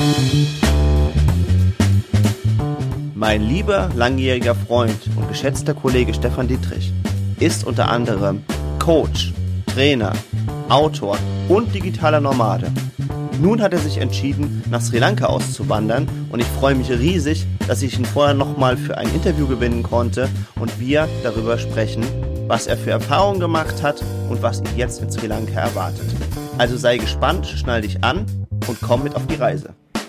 Mein lieber, langjähriger Freund und geschätzter Kollege Stefan Dittrich ist unter anderem Coach, Trainer, Autor und digitaler Nomade. Nun hat er sich entschieden, nach Sri Lanka auszuwandern und ich freue mich riesig, dass ich ihn vorher nochmal für ein Interview gewinnen konnte und wir darüber sprechen, was er für Erfahrungen gemacht hat und was ihn jetzt in Sri Lanka erwartet. Also sei gespannt, schnall dich an und komm mit auf die Reise.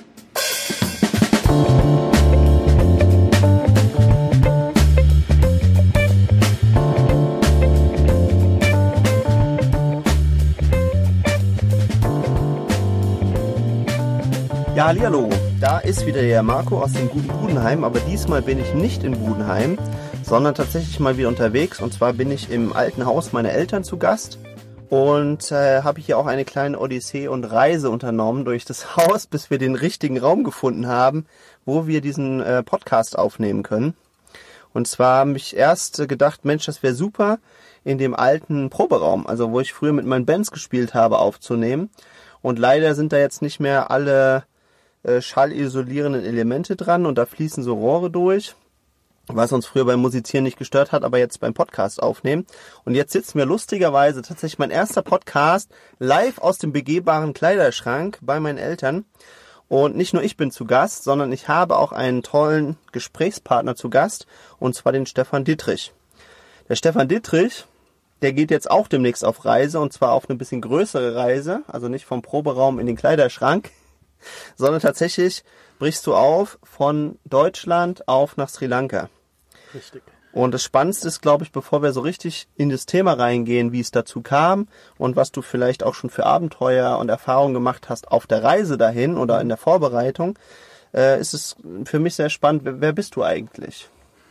Ja, hallihallo, da ist wieder der Marco aus dem guten Budenheim, aber diesmal bin ich nicht in Budenheim, sondern tatsächlich mal wieder unterwegs. Und zwar bin ich im alten Haus meiner Eltern zu Gast und habe hier auch eine kleine Odyssee und Reise unternommen durch das Haus, bis wir den richtigen Raum gefunden haben, wo wir diesen Podcast aufnehmen können. Und zwar habe ich erst gedacht, Mensch, das wäre super, in dem alten Proberaum, also wo ich früher mit meinen Bands gespielt habe, aufzunehmen. Und leider sind da jetzt nicht mehr alle schallisolierenden Elemente dran und da fließen so Rohre durch, was uns früher beim Musizieren nicht gestört hat, aber jetzt beim Podcast aufnehmen. Und jetzt sitzt mir lustigerweise tatsächlich mein erster Podcast live aus dem begehbaren Kleiderschrank bei meinen Eltern. Und nicht nur ich bin zu Gast, sondern ich habe auch einen tollen Gesprächspartner zu Gast, und zwar den Stefan Dittrich. Der Stefan Dittrich, der geht jetzt auch demnächst auf Reise, und zwar auf eine bisschen größere Reise, also nicht vom Proberaum in den Kleiderschrank, sondern tatsächlich brichst du auf von Deutschland auf nach Sri Lanka. Richtig. Und das Spannendste ist, glaube ich, bevor wir so richtig in das Thema reingehen, wie es dazu kam und was du vielleicht auch schon für Abenteuer und Erfahrungen gemacht hast auf der Reise dahin oder in der Vorbereitung, ist es für mich sehr spannend. Wer bist du eigentlich?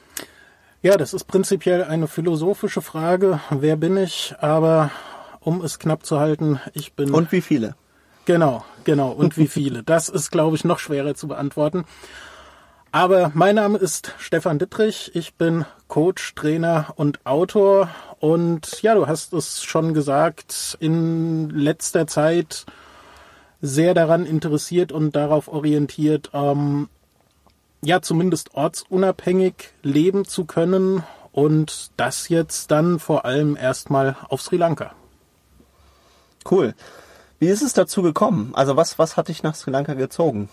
Ja, das ist prinzipiell eine philosophische Frage. Wer bin ich? Aber um es knapp zu halten, ich bin... Und wie viele? Genau. Und wie viele? Das ist, glaube ich, noch schwerer zu beantworten. Aber mein Name ist Stefan Dittrich. Ich bin Coach, Trainer und Autor. Und ja, du hast es schon gesagt, in letzter Zeit sehr daran interessiert und darauf orientiert, ja, zumindest ortsunabhängig leben zu können. Und das jetzt dann vor allem erstmal auf Sri Lanka. Cool. Wie ist es dazu gekommen? Also was hat dich nach Sri Lanka gezogen?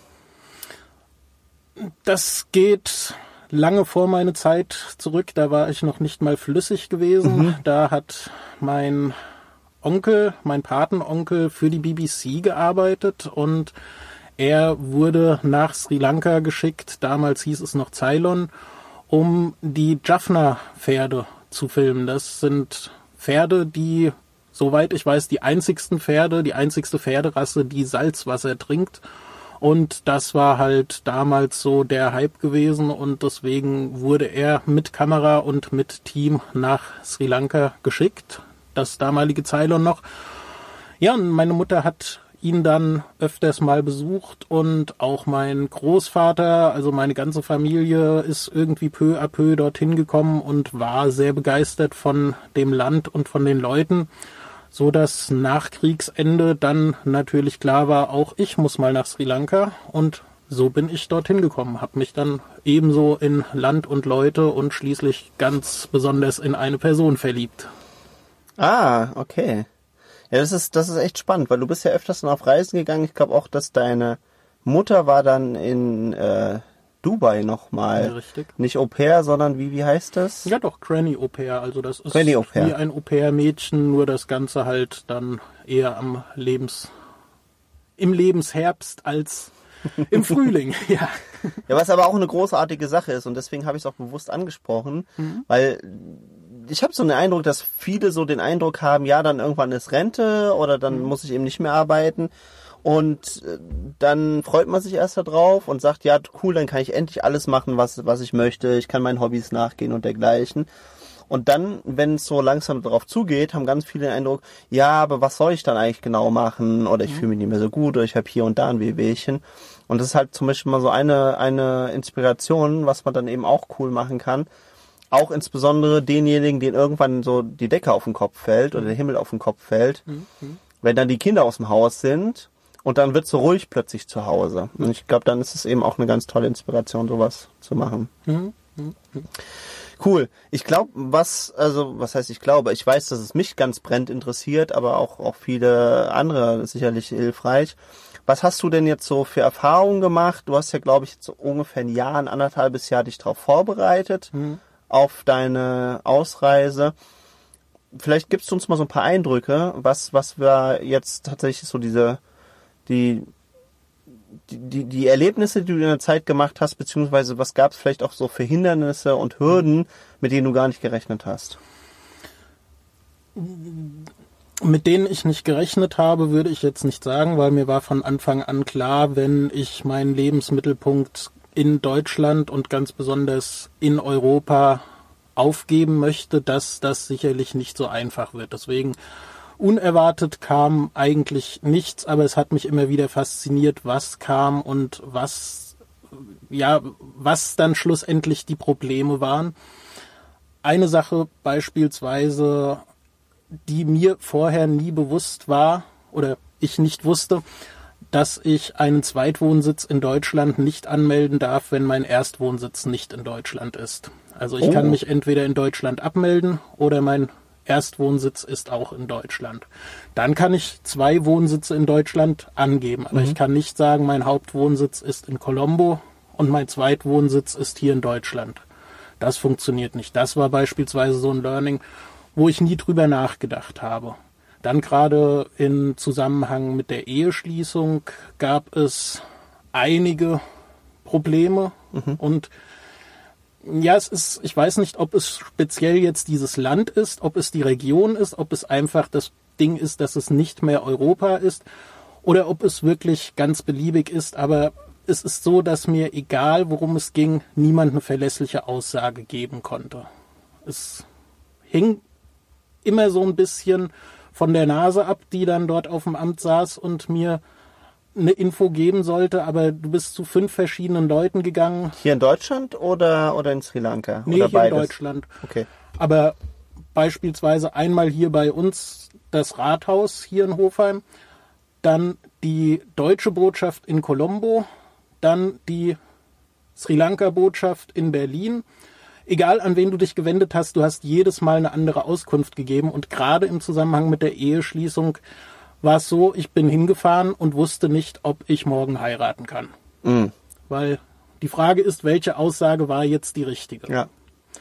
Das geht lange vor meine Zeit zurück. Da war ich noch nicht mal flüssig gewesen. Da hat mein Patenonkel für die BBC gearbeitet und er wurde nach Sri Lanka geschickt. Damals hieß es noch Ceylon, um die Jaffna-Pferde zu filmen. Das sind Pferde, die, soweit ich weiß, die einzigste Pferderasse, die Salzwasser trinkt. Und das war halt damals so der Hype gewesen und deswegen wurde er mit Kamera und mit Team nach Sri Lanka geschickt, das damalige Ceylon noch. Ja, und meine Mutter hat ihn dann öfters mal besucht und auch mein Großvater, also meine ganze Familie ist irgendwie peu à peu dorthin gekommen und war sehr begeistert von dem Land und von den Leuten, so dass nach Kriegsende dann natürlich klar war, auch ich muss mal nach Sri Lanka und so bin ich dorthin gekommen, habe mich dann ebenso in Land und Leute und schließlich ganz besonders in eine Person verliebt. Ah, okay. Ja, das ist echt spannend, weil du bist ja öfters auf Reisen gegangen. Ich glaube auch, dass deine Mutter war dann in Dubai nochmal. Ja, richtig. Nicht Au pair, sondern wie heißt das? Ja doch, Granny Au pair. Also das ist Granny Au pair. Wie ein Au pair Mädchen, nur das Ganze halt dann eher im Lebensherbst als im Frühling. Ja. Ja, was aber auch eine großartige Sache ist und deswegen habe ich es auch bewusst angesprochen, weil ich habe so den Eindruck, dass viele so den Eindruck haben, ja, dann irgendwann ist Rente oder dann muss ich eben nicht mehr arbeiten. Und dann freut man sich erst da drauf und sagt, ja, cool, dann kann ich endlich alles machen, was ich möchte. Ich kann meinen Hobbys nachgehen und dergleichen. Und dann, wenn es so langsam darauf zugeht, haben ganz viele den Eindruck, ja, aber was soll ich dann eigentlich genau machen? Oder ich fühle mich nicht mehr so gut oder ich habe hier und da ein Wehwehchen. Und das ist halt zum Beispiel mal so eine Inspiration, was man dann eben auch cool machen kann. Auch insbesondere denjenigen, denen irgendwann so die Decke auf den Kopf fällt oder der Himmel auf den Kopf fällt. Wenn dann die Kinder aus dem Haus sind und dann wird so ruhig plötzlich zu Hause. Und ich glaube, dann ist es eben auch eine ganz tolle Inspiration, sowas zu machen. Cool. Ich glaube, was heißt ich glaube? Ich weiß, dass es mich ganz brennend interessiert, aber auch viele andere sicherlich hilfreich. Was hast du denn jetzt so für Erfahrungen gemacht? Du hast ja, glaube ich, jetzt so ungefähr ein Jahr, 1,5 Jahr dich darauf vorbereitet, auf deine Ausreise. Vielleicht gibst du uns mal so ein paar Eindrücke, was wir jetzt tatsächlich so die Erlebnisse, die du in der Zeit gemacht hast, beziehungsweise was gab es vielleicht auch so für Hindernisse und Hürden, mit denen du gar nicht gerechnet hast? Mit denen ich nicht gerechnet habe, würde ich jetzt nicht sagen, weil mir war von Anfang an klar, wenn ich meinen Lebensmittelpunkt in Deutschland und ganz besonders in Europa aufgeben möchte, dass das sicherlich nicht so einfach wird. Deswegen unerwartet kam eigentlich nichts, aber es hat mich immer wieder fasziniert, was kam und was dann schlussendlich die Probleme waren. Eine Sache beispielsweise, die mir vorher nie bewusst war oder ich nicht wusste, dass ich einen Zweitwohnsitz in Deutschland nicht anmelden darf, wenn mein Erstwohnsitz nicht in Deutschland ist. Also ich kann mich entweder in Deutschland abmelden oder mein Erstwohnsitz ist auch in Deutschland. Dann kann ich 2 Wohnsitze in Deutschland angeben, aber ich kann nicht sagen, mein Hauptwohnsitz ist in Colombo und mein Zweitwohnsitz ist hier in Deutschland. Das funktioniert nicht. Das war beispielsweise so ein Learning, wo ich nie drüber nachgedacht habe. Dann gerade im Zusammenhang mit der Eheschließung gab es einige Probleme und ja, ich weiß nicht, ob es speziell jetzt dieses Land ist, ob es die Region ist, ob es einfach das Ding ist, dass es nicht mehr Europa ist oder ob es wirklich ganz beliebig ist. Aber es ist so, dass mir, egal worum es ging, niemand eine verlässliche Aussage geben konnte. Es hing immer so ein bisschen von der Nase ab, die dann dort auf dem Amt saß und mir eine Info geben sollte, aber du bist zu 5 verschiedenen Leuten gegangen. Hier in Deutschland oder in Sri Lanka? Nee, oder hier beides? in Deutschland. Okay. Aber beispielsweise einmal hier bei uns das Rathaus hier in Hofheim, dann die deutsche Botschaft in Colombo, dann die Sri Lanka-Botschaft in Berlin. Egal, an wen du dich gewendet hast, du hast jedes Mal eine andere Auskunft gegeben. Und gerade im Zusammenhang mit der Eheschließung war es so, ich bin hingefahren und wusste nicht, ob ich morgen heiraten kann. Weil die Frage ist, welche Aussage war jetzt die richtige? Ja.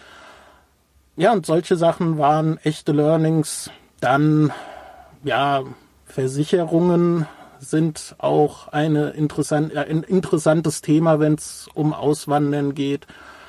Ja, und solche Sachen waren echte Learnings. Dann, ja, Versicherungen sind auch ein interessantes Thema, wenn es um Auswandern geht.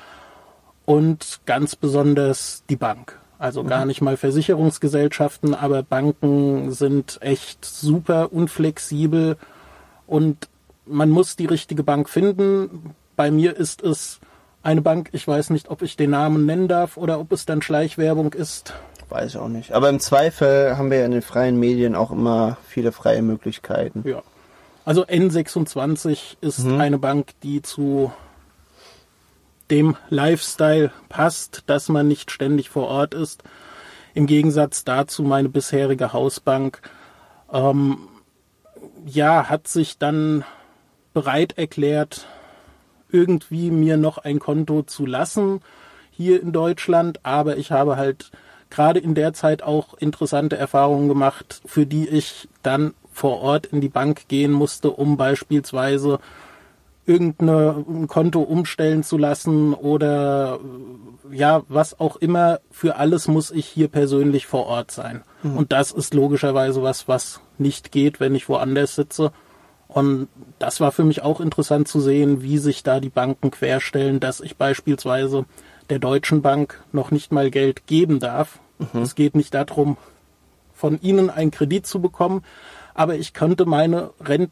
Und ganz besonders die Bank. Also gar nicht mal Versicherungsgesellschaften, aber Banken sind echt super unflexibel und man muss die richtige Bank finden. Bei mir ist es eine Bank, ich weiß nicht, ob ich den Namen nennen darf oder ob es dann Schleichwerbung ist. Weiß ich auch nicht. Aber im Zweifel haben wir ja in den freien Medien auch immer viele freie Möglichkeiten. Ja. Also N26 ist eine Bank, die zu dem Lifestyle passt, dass man nicht ständig vor Ort ist. Im Gegensatz dazu meine bisherige Hausbank hat sich dann bereit erklärt, irgendwie mir noch ein Konto zu lassen hier in Deutschland. Aber ich habe halt gerade in der Zeit auch interessante Erfahrungen gemacht, für die ich dann vor Ort in die Bank gehen musste, um beispielsweise irgendein Konto umstellen zu lassen oder ja, was auch immer. Für alles muss ich hier persönlich vor Ort sein. Und das ist logischerweise was nicht geht, wenn ich woanders sitze. Und das war für mich auch interessant zu sehen, wie sich da die Banken querstellen, dass ich beispielsweise der Deutschen Bank noch nicht mal Geld geben darf. Es geht nicht darum, von ihnen einen Kredit zu bekommen, aber ich könnte meine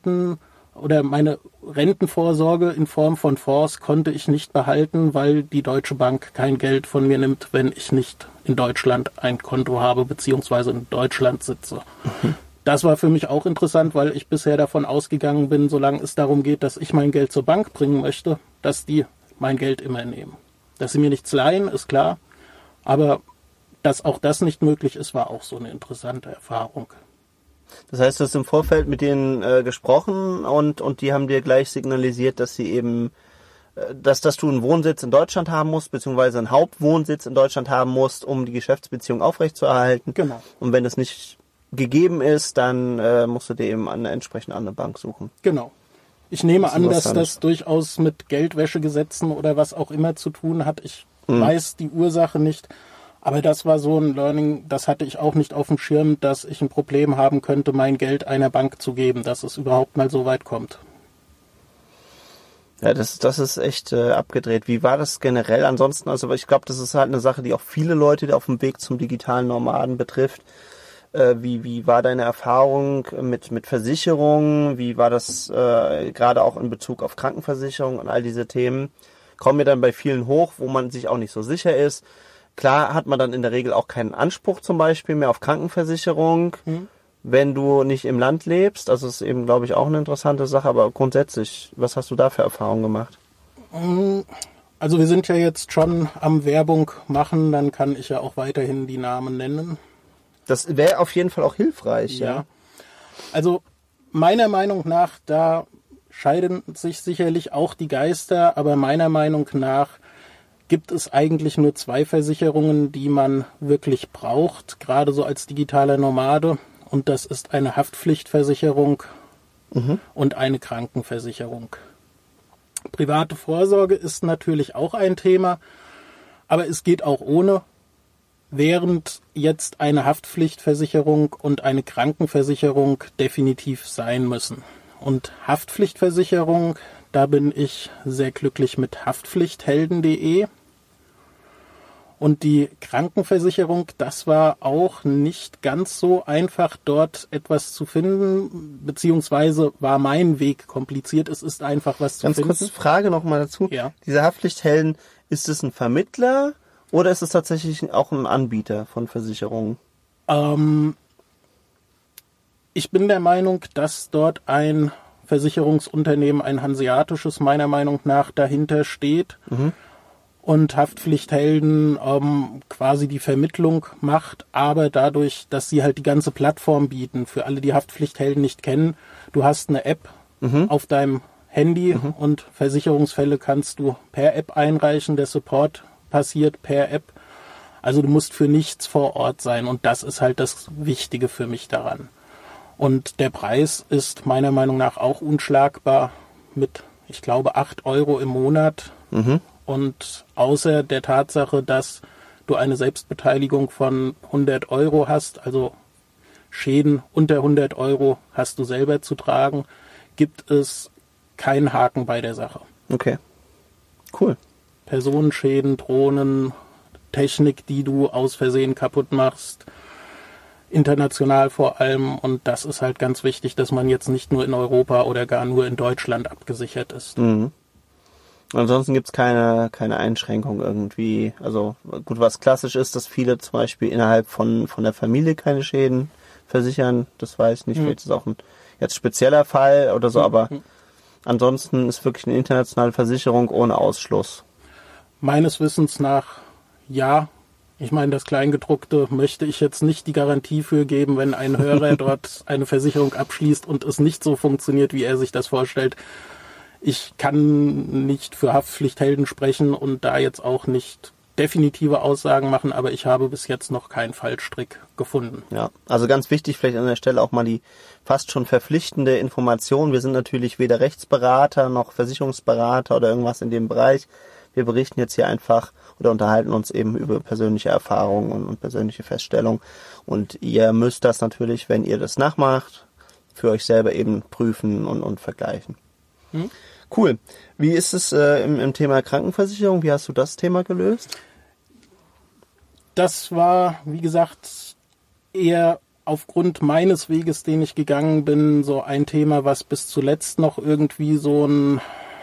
Rentenvorsorge in Form von Fonds konnte ich nicht behalten, weil die Deutsche Bank kein Geld von mir nimmt, wenn ich nicht in Deutschland ein Konto habe beziehungsweise in Deutschland sitze. Das war für mich auch interessant, weil ich bisher davon ausgegangen bin, solange es darum geht, dass ich mein Geld zur Bank bringen möchte, dass die mein Geld immer nehmen. Dass sie mir nichts leihen, ist klar, aber dass auch das nicht möglich ist, war auch so eine interessante Erfahrung. Das heißt, du hast im Vorfeld mit denen gesprochen und die haben dir gleich signalisiert, dass sie eben, dass du einen Wohnsitz in Deutschland haben musst, beziehungsweise einen Hauptwohnsitz in Deutschland haben musst, um die Geschäftsbeziehung aufrechtzuerhalten. Genau. Und wenn das nicht gegeben ist, dann musst du dir eben eine entsprechende andere Bank suchen. Genau. Ich nehme an, dass was das durchaus mit Geldwäschegesetzen oder was auch immer zu tun hat. Ich weiß die Ursache nicht. Aber das war so ein Learning, das hatte ich auch nicht auf dem Schirm, dass ich ein Problem haben könnte, mein Geld einer Bank zu geben, dass es überhaupt mal so weit kommt. Ja, das ist echt abgedreht. Wie war das generell ansonsten? Also ich glaube, das ist halt eine Sache, die auch viele Leute die auf dem Weg zum digitalen Nomaden betrifft. Wie war deine Erfahrung mit Versicherungen? Wie war das gerade auch in Bezug auf Krankenversicherung und all diese Themen? Kommen mir dann bei vielen hoch, wo man sich auch nicht so sicher ist. Klar hat man dann in der Regel auch keinen Anspruch zum Beispiel mehr auf Krankenversicherung, wenn du nicht im Land lebst. Also das ist eben, glaube ich, auch eine interessante Sache. Aber grundsätzlich, was hast du da für Erfahrungen gemacht? Also wir sind ja jetzt schon am Werbung machen, dann kann ich ja auch weiterhin die Namen nennen. Das wäre auf jeden Fall auch hilfreich, ja. Also meiner Meinung nach, da scheiden sich sicherlich auch die Geister, aber meiner Meinung nach gibt es eigentlich nur 2 Versicherungen, die man wirklich braucht, gerade so als digitaler Nomade. Und das ist eine Haftpflichtversicherung und eine Krankenversicherung. Private Vorsorge ist natürlich auch ein Thema, aber es geht auch ohne. Während jetzt eine Haftpflichtversicherung und eine Krankenversicherung definitiv sein müssen. Und Haftpflichtversicherung, da bin ich sehr glücklich mit haftpflichthelden.de. Und die Krankenversicherung, das war auch nicht ganz so einfach, dort etwas zu finden, beziehungsweise war mein Weg kompliziert. Es ist einfach was zu finden. Ganz kurz Frage nochmal dazu. Ja. Diese Haftpflichthelden, ist es ein Vermittler oder ist es tatsächlich auch ein Anbieter von Versicherungen? Ich bin der Meinung, dass dort ein Versicherungsunternehmen, ein hanseatisches, meiner Meinung nach dahinter steht. Und Haftpflichthelden quasi die Vermittlung macht, aber dadurch, dass sie halt die ganze Plattform bieten, für alle, die Haftpflichthelden nicht kennen, du hast eine App auf deinem Handy und Versicherungsfälle kannst du per App einreichen, der Support passiert per App, also du musst für nichts vor Ort sein und das ist halt das Wichtige für mich daran. Und der Preis ist meiner Meinung nach auch unschlagbar mit, ich glaube, 8 € im Monat. Und außer der Tatsache, dass du eine Selbstbeteiligung von 100 € hast, also Schäden unter 100 € hast du selber zu tragen, gibt es keinen Haken bei der Sache. Okay, cool. Personenschäden, Drohnen, Technik, die du aus Versehen kaputt machst, international vor allem. Und das ist halt ganz wichtig, dass man jetzt nicht nur in Europa oder gar nur in Deutschland abgesichert ist. Ansonsten gibt's keine Einschränkung irgendwie. Also gut, was klassisch ist, dass viele zum Beispiel innerhalb von der Familie keine Schäden versichern. Das weiß ich nicht, vielleicht ist es auch ein jetzt spezieller Fall oder so, aber ansonsten ist wirklich eine internationale Versicherung ohne Ausschluss. Meines Wissens nach, ja. Ich meine, das Kleingedruckte möchte ich jetzt nicht die Garantie für geben, wenn ein Hörer dort eine Versicherung abschließt und es nicht so funktioniert, wie er sich das vorstellt. Ich kann nicht für Haftpflichthelden sprechen und da jetzt auch nicht definitive Aussagen machen, aber ich habe bis jetzt noch keinen Fallstrick gefunden. Ja, also ganz wichtig vielleicht an der Stelle auch mal die fast schon verpflichtende Information. Wir sind natürlich weder Rechtsberater noch Versicherungsberater oder irgendwas in dem Bereich. Wir berichten jetzt hier einfach oder unterhalten uns eben über persönliche Erfahrungen und persönliche Feststellungen. Und ihr müsst das natürlich, wenn ihr das nachmacht, für euch selber eben prüfen und vergleichen. Cool. Wie ist es im Thema Krankenversicherung? Wie hast du das Thema gelöst? Das war, wie gesagt, eher aufgrund meines Weges, den ich gegangen bin, so ein Thema, was bis zuletzt noch irgendwie so ein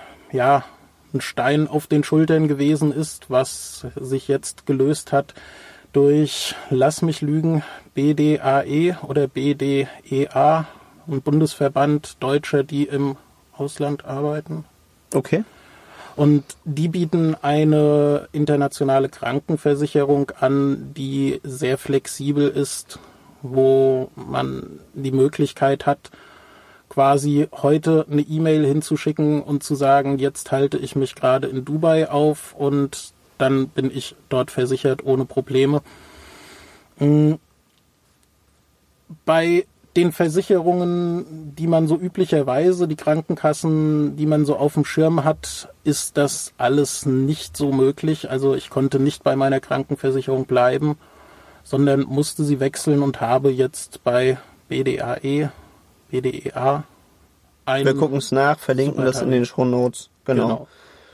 Stein auf den Schultern gewesen ist, was sich jetzt gelöst hat durch, lass mich lügen, BDAE oder BDEA, ein Bundesverband Deutscher, die im Ausland arbeiten. Okay. Und die bieten eine internationale Krankenversicherung an, die sehr flexibel ist, wo man die Möglichkeit hat, quasi heute eine E-Mail hinzuschicken und zu sagen, jetzt halte ich mich gerade in Dubai auf und dann bin ich dort versichert ohne Probleme. Bei den Versicherungen, die man so üblicherweise, die Krankenkassen, die man so auf dem Schirm hat, ist das alles nicht so möglich. Also ich konnte nicht bei meiner Krankenversicherung bleiben, sondern musste sie wechseln und habe jetzt bei BDEA Wir gucken es nach, verlinken das in den Shownotes. Genau.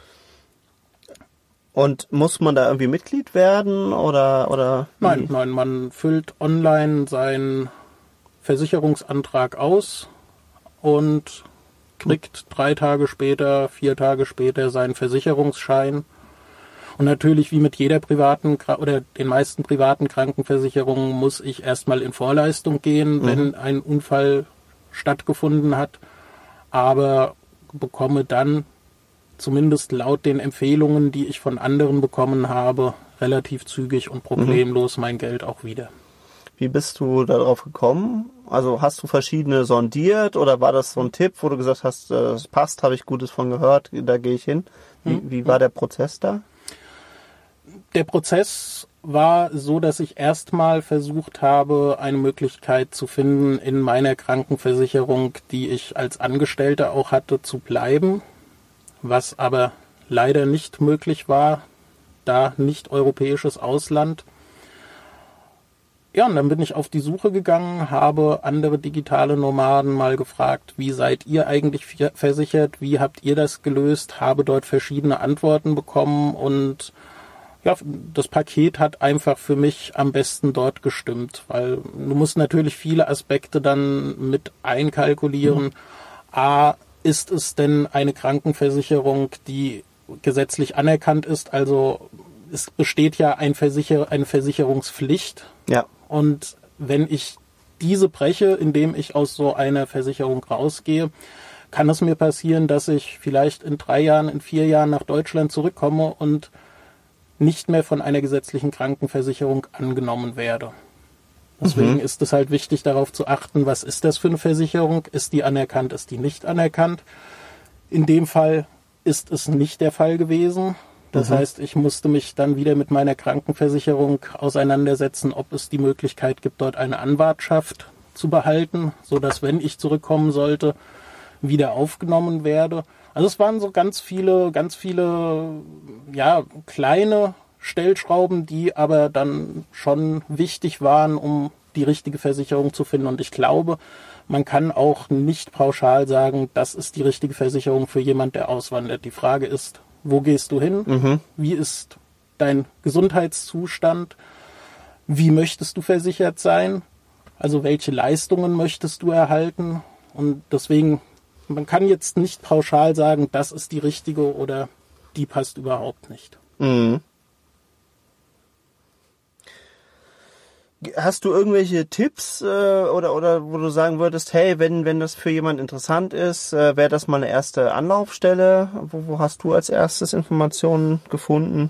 Und muss man da irgendwie Mitglied werden oder? Nein, man füllt online seinen Versicherungsantrag aus und kriegt 3 Tage später, 4 Tage später seinen Versicherungsschein. Und natürlich, wie mit jeder privaten oder den meisten privaten Krankenversicherungen, muss ich erstmal in Vorleistung gehen, wenn ein Unfall stattgefunden hat, aber bekomme dann, zumindest laut den Empfehlungen, die ich von anderen bekommen habe, relativ zügig und problemlos mein Geld auch wieder. Wie bist du darauf gekommen? Also hast du verschiedene sondiert oder war das so ein Tipp, wo du gesagt hast, das passt, habe ich Gutes von gehört, da gehe ich hin? Wie war der Prozess da? Der Prozess war so, dass ich erstmal versucht habe, eine Möglichkeit zu finden, in meiner Krankenversicherung, die ich als Angestellter auch hatte, zu bleiben, was aber leider nicht möglich war, da nicht europäisches Ausland. Ja, und dann bin ich auf die Suche gegangen, habe andere digitale Nomaden mal gefragt, wie seid ihr eigentlich versichert, wie habt ihr das gelöst, habe dort verschiedene Antworten bekommen und ja, das Paket hat einfach für mich am besten dort gestimmt, weil du musst natürlich viele Aspekte dann mit einkalkulieren. A, ist es denn eine Krankenversicherung, die gesetzlich anerkannt ist? Also es besteht ja eine Versicherungspflicht. Ja. Und wenn ich diese breche, indem ich aus so einer Versicherung rausgehe, kann es mir passieren, dass ich vielleicht in 3 Jahren, in 4 Jahren nach Deutschland zurückkomme und nicht mehr von einer gesetzlichen Krankenversicherung angenommen werde. Deswegen ist es halt wichtig, darauf zu achten, was ist das für eine Versicherung? Ist die anerkannt, ist die nicht anerkannt? In dem Fall ist es nicht der Fall gewesen. Das heißt, ich musste mich dann wieder mit meiner Krankenversicherung auseinandersetzen, ob es die Möglichkeit gibt, dort eine Anwartschaft zu behalten, sodass, wenn ich zurückkommen sollte, wieder aufgenommen werde. Also es waren so ganz viele, ja, kleine Stellschrauben, die aber dann schon wichtig waren, um die richtige Versicherung zu finden. Und ich glaube, man kann auch nicht pauschal sagen, das ist die richtige Versicherung für jemand, der auswandert. Die Frage ist, wo gehst du hin? Wie ist dein Gesundheitszustand? Wie möchtest du versichert sein? Also welche Leistungen möchtest du erhalten? Und deswegen, man kann jetzt nicht pauschal sagen, das ist die richtige oder die passt überhaupt nicht. Hast du irgendwelche Tipps oder wo du sagen würdest, hey, wenn das für jemand interessant ist, wäre das mal eine erste Anlaufstelle? Wo hast du als erstes Informationen gefunden?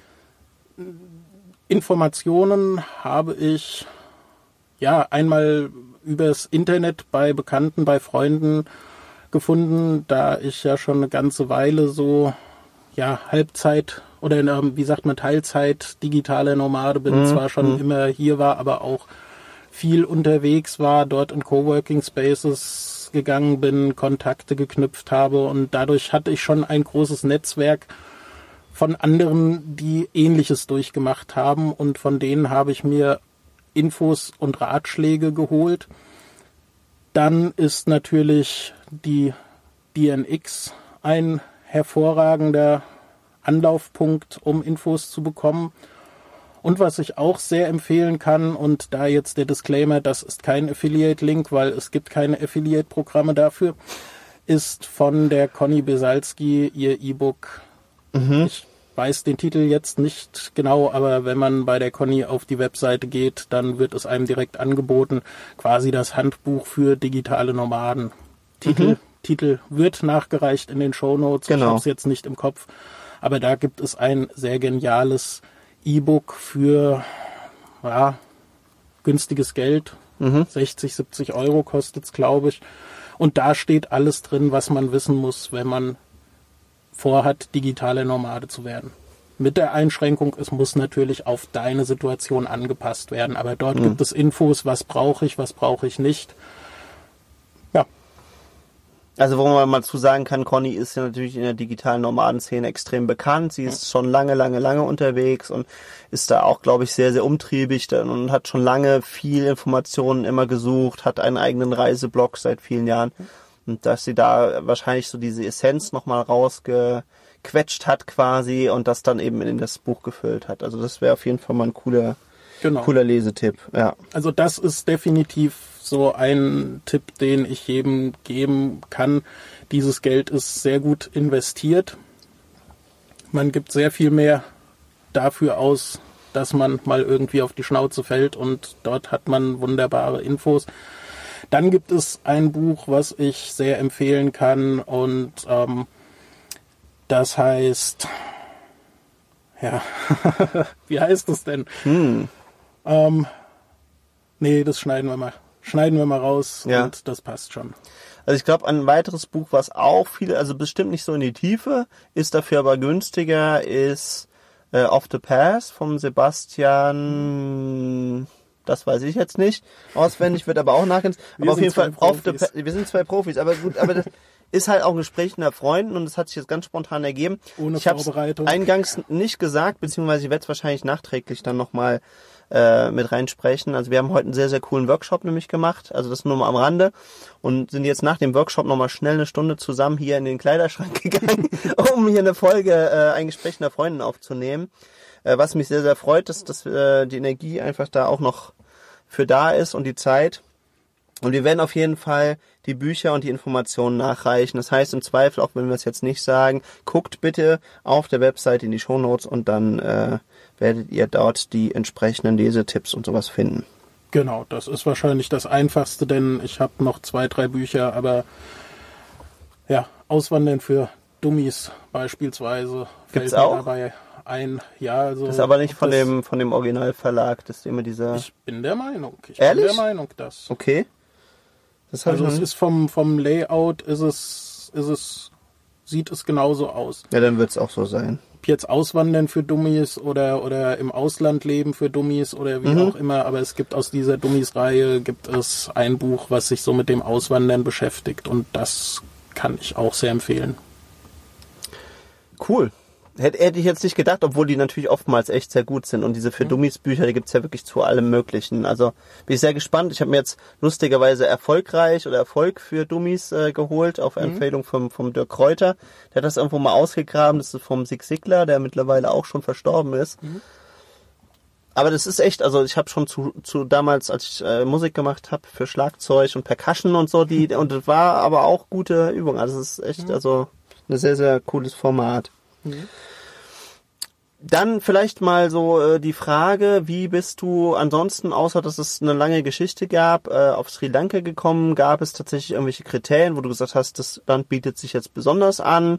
Informationen habe ich ja einmal übers Internet bei Bekannten, bei Freunden gefunden, da ich ja schon eine ganze Weile so Halbzeit oder wie sagt man, Teilzeit digitaler Nomade bin, zwar schon immer hier war, aber auch viel unterwegs war, dort in Coworking Spaces gegangen bin, Kontakte geknüpft habe und dadurch hatte ich schon ein großes Netzwerk von anderen, die Ähnliches durchgemacht haben und von denen habe ich mir Infos und Ratschläge geholt. Dann ist natürlich die DNX ein hervorragender Anlaufpunkt, um Infos zu bekommen. Und was ich auch sehr empfehlen kann, und da jetzt der Disclaimer, das ist kein Affiliate-Link, weil es gibt keine Affiliate-Programme dafür, ist von der Conny Besalski ihr E-Book. Ich weiß den Titel jetzt nicht genau, aber wenn man bei der Conny auf die Webseite geht, dann wird es einem direkt angeboten, quasi das Handbuch für digitale Nomaden. Titel wird nachgereicht in den Shownotes, genau. Ich habe es jetzt nicht im Kopf, aber da gibt es ein sehr geniales E-Book für günstiges Geld, 60, 70 Euro kostet's, glaube ich. Und da steht alles drin, was man wissen muss, wenn man vorhat, digitale Nomade zu werden. Mit der Einschränkung, es muss natürlich auf deine Situation angepasst werden. Aber dort gibt es Infos, was brauche ich nicht. Ja. Also wo man mal zu sagen kann, Conny ist ja natürlich in der digitalen Nomadenszene extrem bekannt. Sie ist schon lange unterwegs und ist da auch, glaube ich, sehr, sehr umtriebig und hat schon lange viel Informationen immer gesucht, hat einen eigenen Reiseblog seit vielen Jahren. Und dass sie da wahrscheinlich so diese Essenz nochmal rausgequetscht hat quasi und das dann eben in das Buch gefüllt hat. Also das wäre auf jeden Fall mal ein cooler Lesetipp. Ja. Also das ist definitiv so ein Tipp, den ich jedem geben kann. Dieses Geld ist sehr gut investiert. Man gibt sehr viel mehr dafür aus, dass man mal irgendwie auf die Schnauze fällt und dort hat man wunderbare Infos. Dann gibt es ein Buch, was ich sehr empfehlen kann und das heißt, ja, wie heißt es denn? Nee, das schneiden wir mal raus und das passt schon. Also ich glaube, ein weiteres Buch, was auch viele, also bestimmt nicht so in die Tiefe, ist dafür aber günstiger, ist Off the Path vom Sebastian... Das weiß ich jetzt nicht. Auswendig wird aber auch nachgehen. Aber auf jeden Fall, wir sind zwei Profis, aber gut, aber das ist halt auch ein Gespräch unter Freunden und das hat sich jetzt ganz spontan ergeben. Ohne ich habe es eingangs nicht gesagt, beziehungsweise ich werde es wahrscheinlich nachträglich dann nochmal mit reinsprechen. Also wir haben heute einen sehr, sehr coolen Workshop nämlich gemacht, also das nur mal am Rande und sind jetzt nach dem Workshop nochmal schnell eine Stunde zusammen hier in den Kleiderschrank gegangen, um hier eine Folge ein Gespräch unter Freunden aufzunehmen. Was mich sehr, sehr freut, ist, dass die Energie einfach da auch noch für da ist und die Zeit. Und wir werden auf jeden Fall die Bücher und die Informationen nachreichen. Das heißt im Zweifel, auch wenn wir es jetzt nicht sagen, guckt bitte auf der Website in die Shownotes und dann werdet ihr dort die entsprechenden Lesetipps und sowas finden. Genau, das ist wahrscheinlich das Einfachste, denn ich habe noch 2, 3 Bücher, aber ja, Auswandern für Dummies beispielsweise. Gibt's auch? Dabei ein, ja, also. Das ist aber nicht von dem Originalverlag, das ist immer dieser. Ich bin der Meinung. Ehrlich? Bin der Meinung, dass. Okay. Das also es ist vom Layout sieht es genauso aus. Ja, dann wird es auch so sein. Ob jetzt Auswandern für Dummies oder im Ausland leben für Dummies oder wie auch immer, aber es gibt aus dieser Dummies-Reihe gibt es ein Buch, was sich so mit dem Auswandern beschäftigt und das kann ich auch sehr empfehlen. Cool. Hätte ich jetzt nicht gedacht, obwohl die natürlich oftmals echt sehr gut sind. Und diese für Dummies Bücher, die gibt's ja wirklich zu allem Möglichen. Also bin ich sehr gespannt. Ich habe mir jetzt lustigerweise Erfolg für Dummies geholt, auf Empfehlung vom Dirk Kräuter. Der hat das irgendwo mal ausgegraben. Das ist vom Zig Ziglar, der mittlerweile auch schon verstorben ist. Aber das ist echt, also ich habe schon zu damals, als ich Musik gemacht habe für Schlagzeug und Percussion und so, und das war aber auch gute Übung. Also es ist echt, also ein sehr, sehr cooles Format. Dann vielleicht mal so die Frage, wie bist du ansonsten, außer dass es eine lange Geschichte gab, auf Sri Lanka gekommen? Gab es tatsächlich irgendwelche Kriterien, wo du gesagt hast, das Land bietet sich jetzt besonders an?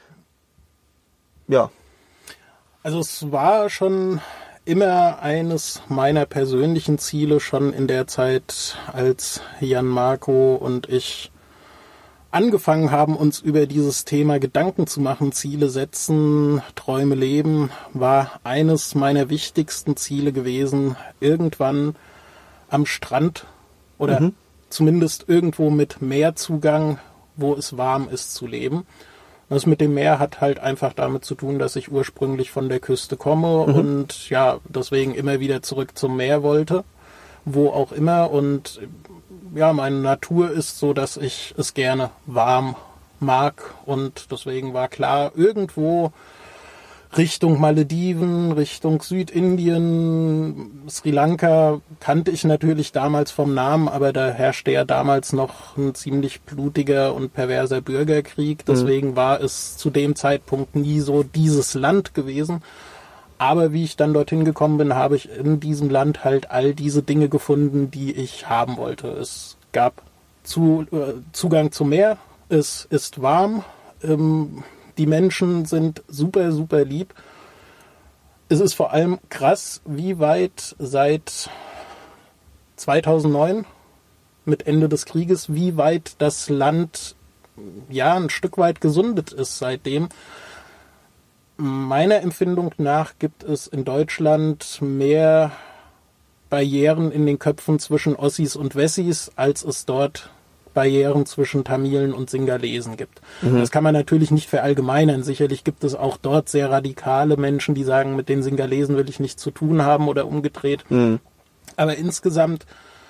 Ja. Also es war schon immer eines meiner persönlichen Ziele, schon in der Zeit, als Jan Marco und ich angefangen haben, uns über dieses Thema Gedanken zu machen, Ziele setzen, Träume leben, war eines meiner wichtigsten Ziele gewesen, irgendwann am Strand oder zumindest irgendwo mit Meerzugang, wo es warm ist, zu leben. Und das mit dem Meer hat halt einfach damit zu tun, dass ich ursprünglich von der Küste komme und ja, deswegen immer wieder zurück zum Meer wollte, wo auch immer und ja, meine Natur ist so, dass ich es gerne warm mag und deswegen war klar, irgendwo Richtung Malediven, Richtung Südindien, Sri Lanka kannte ich natürlich damals vom Namen, aber da herrschte ja damals noch ein ziemlich blutiger und perverser Bürgerkrieg, deswegen war es zu dem Zeitpunkt nie so dieses Land gewesen. Aber wie ich dann dorthin gekommen bin, habe ich in diesem Land halt all diese Dinge gefunden, die ich haben wollte. Es gab Zugang zum Meer, es ist warm, die Menschen sind super, super lieb. Es ist vor allem krass, wie weit seit 2009 mit Ende des Krieges, wie weit das Land ein Stück weit gesundet ist seitdem. Meiner Empfindung nach gibt es in Deutschland mehr Barrieren in den Köpfen zwischen Ossis und Wessis, als es dort Barrieren zwischen Tamilen und Singalesen gibt. Das kann man natürlich nicht verallgemeinern. Sicherlich gibt es auch dort sehr radikale Menschen, die sagen, mit den Singalesen will ich nichts zu tun haben oder umgedreht. Aber insgesamt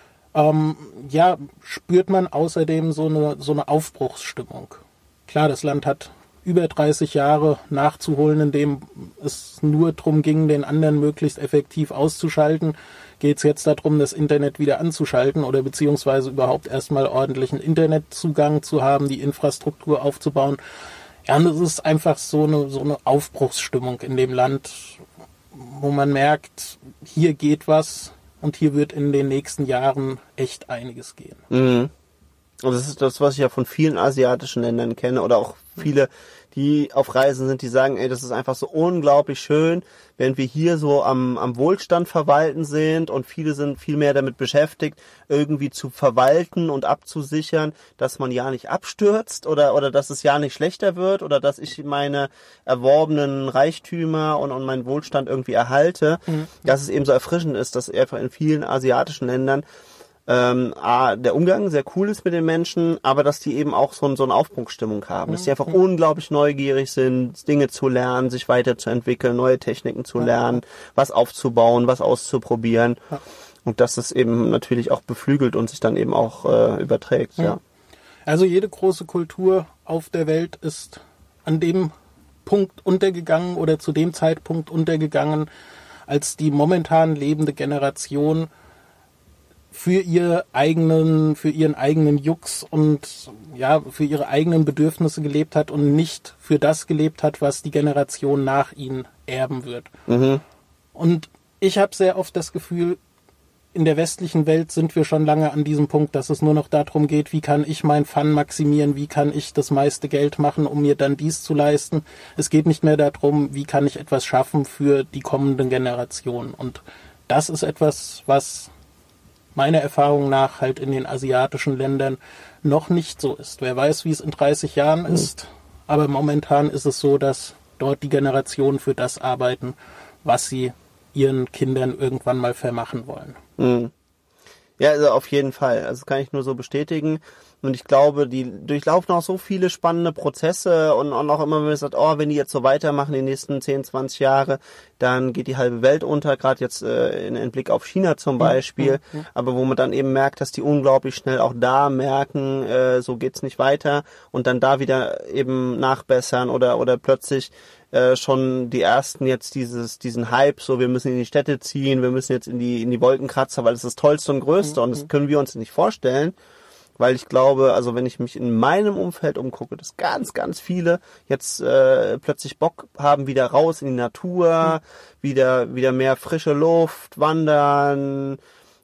spürt man außerdem so eine Aufbruchsstimmung. Klar, das Land hat über 30 Jahre nachzuholen, in dem es nur darum ging, den anderen möglichst effektiv auszuschalten. Geht es jetzt darum, das Internet wieder anzuschalten oder beziehungsweise überhaupt erstmal ordentlichen Internetzugang zu haben, die Infrastruktur aufzubauen. Ja, und es ist einfach so eine Aufbruchsstimmung in dem Land, wo man merkt, hier geht was und hier wird in den nächsten Jahren echt einiges gehen. Und das ist das, was ich ja von vielen asiatischen Ländern kenne oder auch viele, die auf Reisen sind, die sagen, das ist einfach so unglaublich schön, während wir hier so am Wohlstand verwalten sind und viele sind viel mehr damit beschäftigt, irgendwie zu verwalten und abzusichern, dass man ja nicht abstürzt oder dass es ja nicht schlechter wird oder dass ich meine erworbenen Reichtümer und meinen Wohlstand irgendwie erhalte, dass es eben so erfrischend ist, dass einfach in vielen asiatischen Ländern der Umgang sehr cool ist mit den Menschen, aber dass die eben auch so eine Aufbruchsstimmung haben, dass die einfach unglaublich neugierig sind, Dinge zu lernen, sich weiterzuentwickeln, neue Techniken zu lernen, was aufzubauen, was auszuprobieren und dass es eben natürlich auch beflügelt und sich dann eben auch überträgt. Ja. Also jede große Kultur auf der Welt ist an dem Punkt untergegangen oder zu dem Zeitpunkt untergegangen, als die momentan lebende Generation für ihren eigenen Jux und für ihre eigenen Bedürfnisse gelebt hat und nicht für das gelebt hat, was die Generation nach ihnen erben wird. Und ich habe sehr oft das Gefühl, in der westlichen Welt sind wir schon lange an diesem Punkt, dass es nur noch darum geht, wie kann ich mein Fun maximieren, wie kann ich das meiste Geld machen, um mir dann dies zu leisten. Es geht nicht mehr darum, wie kann ich etwas schaffen für die kommenden Generationen. Und das ist etwas, was meiner Erfahrung nach halt in den asiatischen Ländern noch nicht so ist. Wer weiß, wie es in 30 Jahren ist, aber momentan ist es so, dass dort die Generationen für das arbeiten, was sie ihren Kindern irgendwann mal vermachen wollen. Ja, also auf jeden Fall. Also das kann ich nur so bestätigen. Und ich glaube, die durchlaufen auch so viele spannende Prozesse und auch immer, wenn man sagt, wenn die jetzt so weitermachen die nächsten 10, 20 Jahre, dann geht die halbe Welt unter, gerade jetzt in Blick auf China zum Beispiel. Aber wo man dann eben merkt, dass die unglaublich schnell auch da merken, so geht's nicht weiter und dann da wieder eben nachbessern oder plötzlich schon die ersten jetzt diesen Hype, so wir müssen in die Städte ziehen, wir müssen jetzt in die Wolkenkratzer, weil es das Tollste und Größte und das können wir uns nicht vorstellen. Weil ich glaube, also wenn ich mich in meinem Umfeld umgucke, dass ganz, ganz viele jetzt plötzlich Bock haben, wieder raus in die Natur, wieder mehr frische Luft, wandern,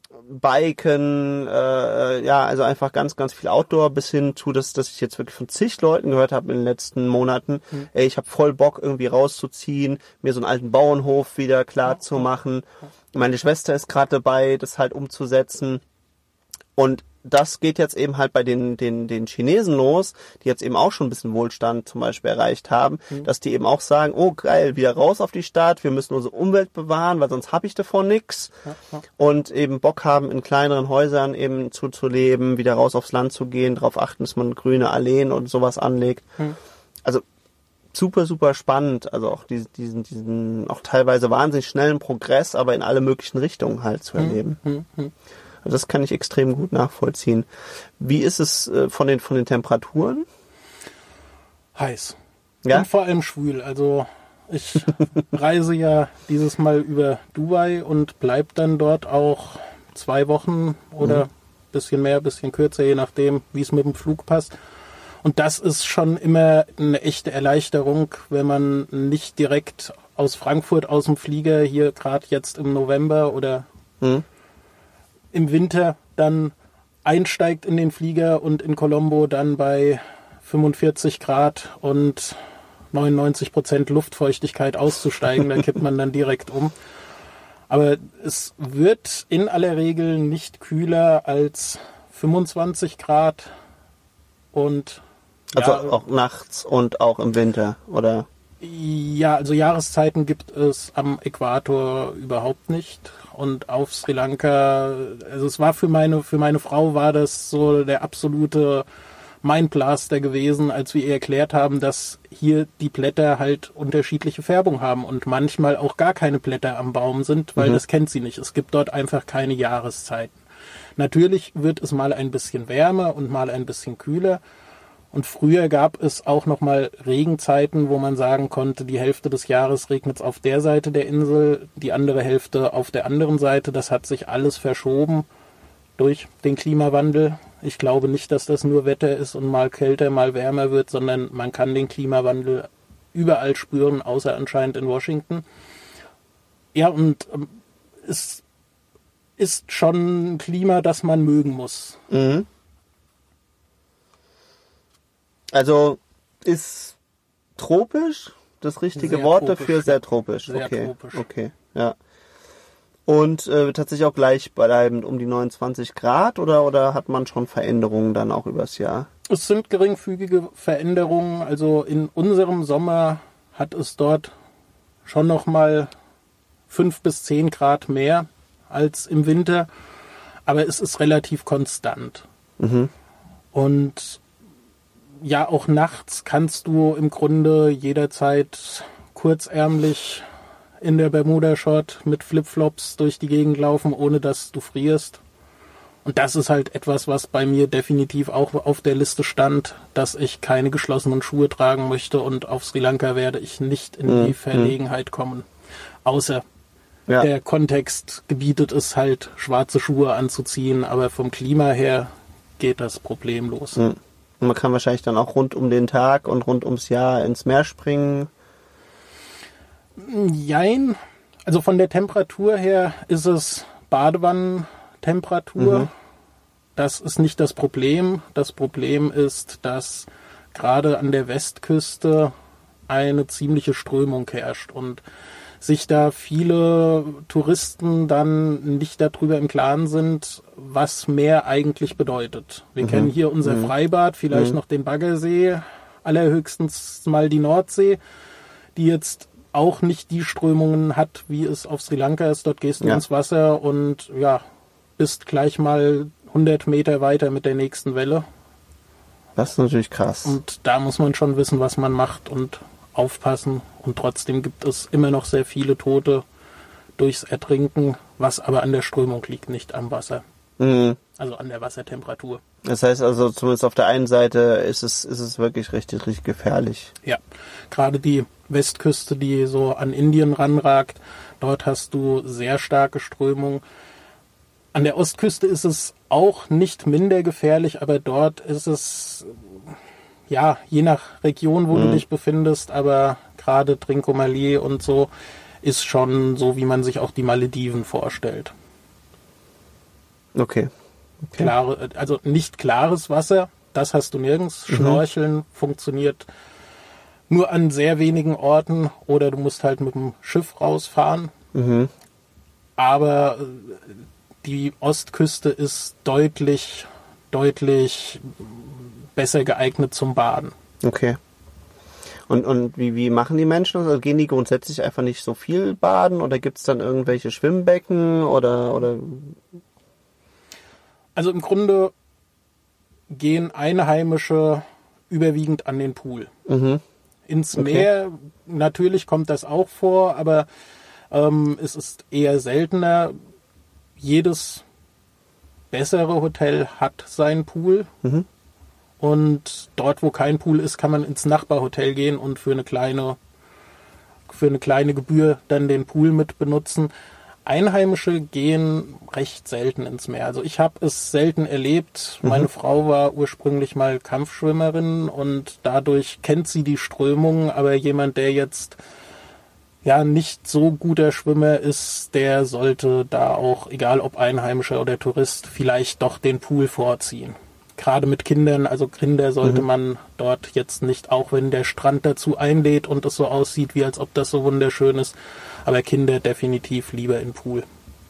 biken, also einfach ganz, ganz viel Outdoor bis hin zu, dass ich jetzt wirklich von zig Leuten gehört habe in den letzten Monaten, ich habe voll Bock irgendwie rauszuziehen, mir so einen alten Bauernhof wieder klar zu machen. Meine Schwester ist gerade dabei, das halt umzusetzen und das geht jetzt eben halt bei den Chinesen los, die jetzt eben auch schon ein bisschen Wohlstand zum Beispiel erreicht haben, dass die eben auch sagen, oh geil, wieder raus auf die Stadt, wir müssen unsere Umwelt bewahren, weil sonst habe ich davon nichts. Und eben Bock haben, in kleineren Häusern eben zuzuleben, wieder raus aufs Land zu gehen, darauf achten, dass man grüne Alleen und sowas anlegt. Also super, super spannend, also auch diesen auch teilweise wahnsinnig schnellen Progress, aber in alle möglichen Richtungen halt zu erleben. Also das kann ich extrem gut nachvollziehen. Wie ist es von den Temperaturen? Heiß. Ja? Und vor allem schwül. Also ich reise ja dieses Mal über Dubai und bleib dann dort auch 2 Wochen oder bisschen mehr, bisschen kürzer, je nachdem, wie es mit dem Flug passt. Und das ist schon immer eine echte Erleichterung, wenn man nicht direkt aus Frankfurt aus dem Flieger hier gerade jetzt im November oder im Winter dann einsteigt in den Flieger und in Colombo dann bei 45 Grad und 99% Luftfeuchtigkeit auszusteigen, da kippt man dann direkt um. Aber es wird in aller Regel nicht kühler als 25 Grad und Also auch nachts und auch im Winter, oder? ja, also Jahreszeiten gibt es am Äquator überhaupt nicht. Und auf Sri Lanka, also es war für meine Frau war das so der absolute Mindblaster gewesen, als wir ihr erklärt haben, dass hier die Blätter halt unterschiedliche Färbung haben und manchmal auch gar keine Blätter am Baum sind, weil das kennt sie nicht. Es gibt dort einfach keine Jahreszeiten. Natürlich wird es mal ein bisschen wärmer und mal ein bisschen kühler. Und früher gab es auch noch mal Regenzeiten, wo man sagen konnte, die Hälfte des Jahres regnet es auf der Seite der Insel, die andere Hälfte auf der anderen Seite. Das hat sich alles verschoben durch den Klimawandel. Ich glaube nicht, dass das nur Wetter ist und mal kälter, mal wärmer wird, sondern man kann den Klimawandel überall spüren, außer anscheinend in Washington. Ja, und es ist schon ein Klima, das man mögen muss. Mhm. Also ist tropisch das richtige Sehr Wort tropisch. dafür? Sehr tropisch. Sehr okay. tropisch. Okay, ja. Und tatsächlich auch gleichbleibend um die 29 Grad oder hat man schon Veränderungen dann auch übers Jahr? Es sind geringfügige Veränderungen. Also in unserem Sommer hat es dort schon noch mal 5 bis 10 Grad mehr als im Winter. Aber es ist relativ konstant. Mhm. Und ja, auch nachts kannst du im Grunde jederzeit kurzärmlich in der Bermuda-Short mit Flipflops durch die Gegend laufen, ohne dass du frierst. Und das ist halt etwas, was bei mir definitiv auch auf der Liste stand, dass ich keine geschlossenen Schuhe tragen möchte und auf Sri Lanka werde ich nicht in die Verlegenheit kommen. Außer der Kontext gebietet es halt, schwarze Schuhe anzuziehen, aber vom Klima her geht das problemlos. Und man kann wahrscheinlich dann auch rund um den Tag und rund ums Jahr ins Meer springen. Jein. Also von der Temperatur her ist es Badewannentemperatur. Das ist nicht das Problem. Das Problem ist, dass gerade an der Westküste eine ziemliche Strömung herrscht und sich da viele Touristen dann nicht darüber im Klaren sind, was Meer eigentlich bedeutet. Wir kennen hier unser Freibad, vielleicht noch den Baggersee, allerhöchstens mal die Nordsee, die jetzt auch nicht die Strömungen hat, wie es auf Sri Lanka ist. Dort gehst du ins Wasser und bist gleich mal 100 Meter weiter mit der nächsten Welle. Das ist natürlich krass. Und da muss man schon wissen, was man macht und aufpassen. Und trotzdem gibt es immer noch sehr viele Tote durchs Ertrinken, was aber an der Strömung liegt, nicht am Wasser. Also an der Wassertemperatur. Das heißt also, zumindest auf der einen Seite ist es wirklich richtig, richtig gefährlich. Ja, gerade die Westküste, die so an Indien ranragt, dort hast du sehr starke Strömung. An der Ostküste ist es auch nicht minder gefährlich, aber dort ist es, je nach Region, wo du dich befindest, aber gerade Trincomalee und so, ist schon so, wie man sich auch die Malediven vorstellt. Okay. Also nicht klares Wasser, das hast du nirgends. Schnorcheln funktioniert nur an sehr wenigen Orten oder du musst halt mit dem Schiff rausfahren. Aber die Ostküste ist deutlich, deutlich besser geeignet zum Baden. Okay. Und wie machen die Menschen das? Also gehen die grundsätzlich einfach nicht so viel baden oder gibt es dann irgendwelche Schwimmbecken oder? Also im Grunde gehen Einheimische überwiegend an den Pool. Ins Meer, natürlich kommt das auch vor, aber es ist eher seltener. Jedes bessere Hotel hat seinen Pool. Und dort, wo kein Pool ist, kann man ins Nachbarhotel gehen und für eine kleine Gebühr dann den Pool mit benutzen. Einheimische gehen recht selten ins Meer. Also ich habe es selten erlebt. Meine Frau war ursprünglich mal Kampfschwimmerin und dadurch kennt sie die Strömung. Aber jemand, der jetzt nicht so guter Schwimmer ist, der sollte da auch, egal ob Einheimischer oder Tourist, vielleicht doch den Pool vorziehen. gerade mit Kindern, also Kinder sollte man dort jetzt nicht, auch wenn der Strand dazu einlädt und es so aussieht, wie als ob das so wunderschön ist, aber Kinder definitiv lieber in Pool.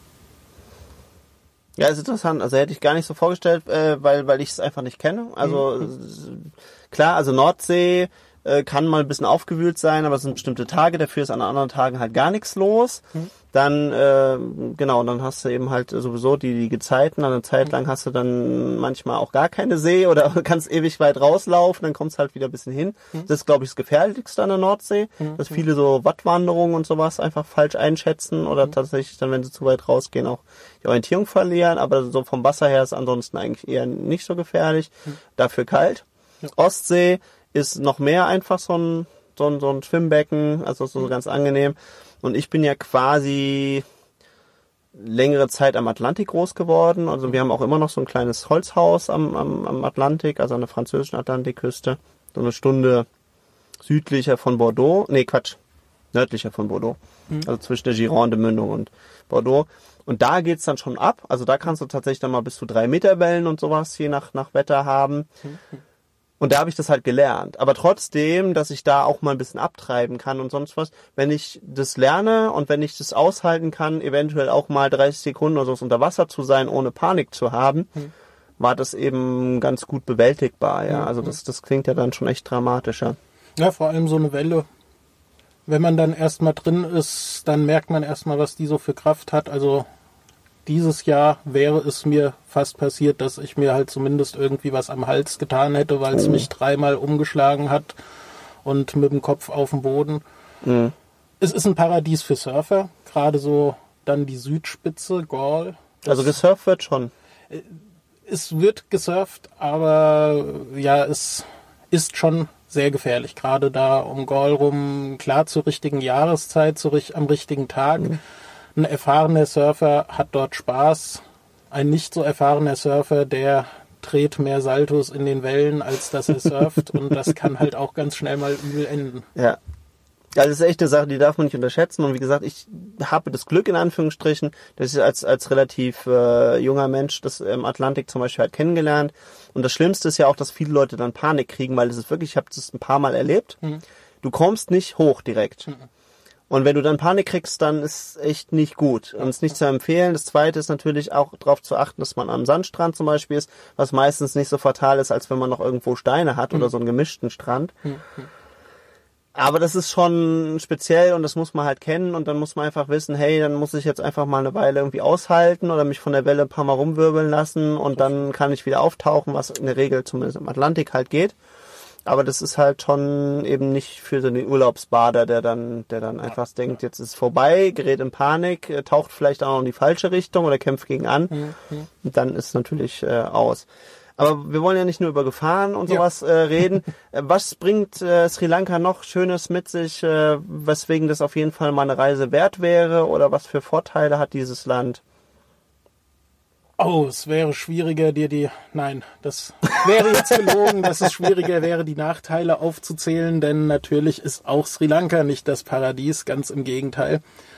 Ja, ist interessant. Also hätte ich gar nicht so vorgestellt, weil ich es einfach nicht kenne. Also klar, also Nordsee kann mal ein bisschen aufgewühlt sein, aber es sind bestimmte Tage, dafür ist an anderen Tagen halt gar nichts los. Dann, dann hast du eben halt sowieso die Gezeiten. Eine Zeit lang hast du dann manchmal auch gar keine See oder kannst ewig weit rauslaufen, dann kommst halt wieder ein bisschen hin. Das ist, glaube ich, das Gefährlichste an der Nordsee, dass viele so Wattwanderungen und sowas einfach falsch einschätzen oder tatsächlich dann, wenn sie zu weit rausgehen, auch die Orientierung verlieren. Aber so vom Wasser her ist ansonsten eigentlich eher nicht so gefährlich. Dafür kalt. Ja. Ostsee ist noch mehr einfach so ein Schwimmbecken, also so ganz angenehm. Und ich bin ja quasi längere Zeit am Atlantik groß geworden. Also wir haben auch immer noch so ein kleines Holzhaus am Atlantik, also an der französischen Atlantikküste. So eine Stunde südlicher von Bordeaux. Nördlicher von Bordeaux. Also zwischen der Gironde-Mündung und Bordeaux. Und da geht's dann schon ab. Also da kannst du tatsächlich dann mal bis zu 3 Meter Wellen und sowas je nach Wetter haben. Und da habe ich das halt gelernt. Aber trotzdem, dass ich da auch mal ein bisschen abtreiben kann und sonst was, wenn ich das lerne und wenn ich das aushalten kann, eventuell auch mal 30 Sekunden oder so unter Wasser zu sein, ohne Panik zu haben, war das eben ganz gut bewältigbar. Ja, also das klingt ja dann schon echt dramatischer. Ja, vor allem so eine Welle. Wenn man dann erstmal drin ist, dann merkt man erstmal, was die so für Kraft hat. Also dieses Jahr wäre es mir fast passiert, dass ich mir halt zumindest irgendwie was am Hals getan hätte, weil es mich 3-mal umgeschlagen hat und mit dem Kopf auf dem Boden. Es ist ein Paradies für Surfer, gerade so dann die Südspitze, Gaul. Also gesurft wird schon. Es wird gesurft, aber ja, es ist schon sehr gefährlich, gerade da um Gaul rum, klar zur richtigen Jahreszeit, am richtigen Tag. Ein erfahrener Surfer hat dort Spaß. Ein nicht so erfahrener Surfer, der dreht mehr Saltos in den Wellen, als dass er surft. Und das kann halt auch ganz schnell mal übel enden. Ja. Ja, das ist echt eine Sache, die darf man nicht unterschätzen. Und wie gesagt, ich habe das Glück, in Anführungsstrichen, dass ich als relativ junger Mensch das im Atlantik zum Beispiel halt kennengelernt. Und das Schlimmste ist ja auch, dass viele Leute dann Panik kriegen, weil es ist wirklich, ich habe das ein paar Mal erlebt. Du kommst nicht hoch direkt. Und wenn du dann Panik kriegst, dann ist echt nicht gut und ist nicht zu empfehlen. Das Zweite ist natürlich auch darauf zu achten, dass man am Sandstrand zum Beispiel ist, was meistens nicht so fatal ist, als wenn man noch irgendwo Steine hat oder so einen gemischten Strand. Aber das ist schon speziell und das muss man halt kennen und dann muss man einfach wissen, hey, dann muss ich jetzt einfach mal eine Weile irgendwie aushalten oder mich von der Welle ein paar Mal rumwirbeln lassen und dann kann ich wieder auftauchen, was in der Regel zumindest im Atlantik halt geht. Aber das ist halt schon eben nicht für so den Urlaubsbader, der dann einfach denkt, jetzt ist vorbei, gerät in Panik, taucht vielleicht auch noch in die falsche Richtung oder kämpft gegen an. Und dann ist natürlich aus. Aber wir wollen ja nicht nur über Gefahren und sowas reden. Was bringt Sri Lanka noch Schönes mit sich, weswegen das auf jeden Fall mal eine Reise wert wäre? Oder was für Vorteile hat dieses Land? Oh, es wäre schwieriger, Nein, das wäre jetzt gelogen, dass es schwieriger wäre, die Nachteile aufzuzählen, denn natürlich ist auch Sri Lanka nicht das Paradies, ganz im Gegenteil.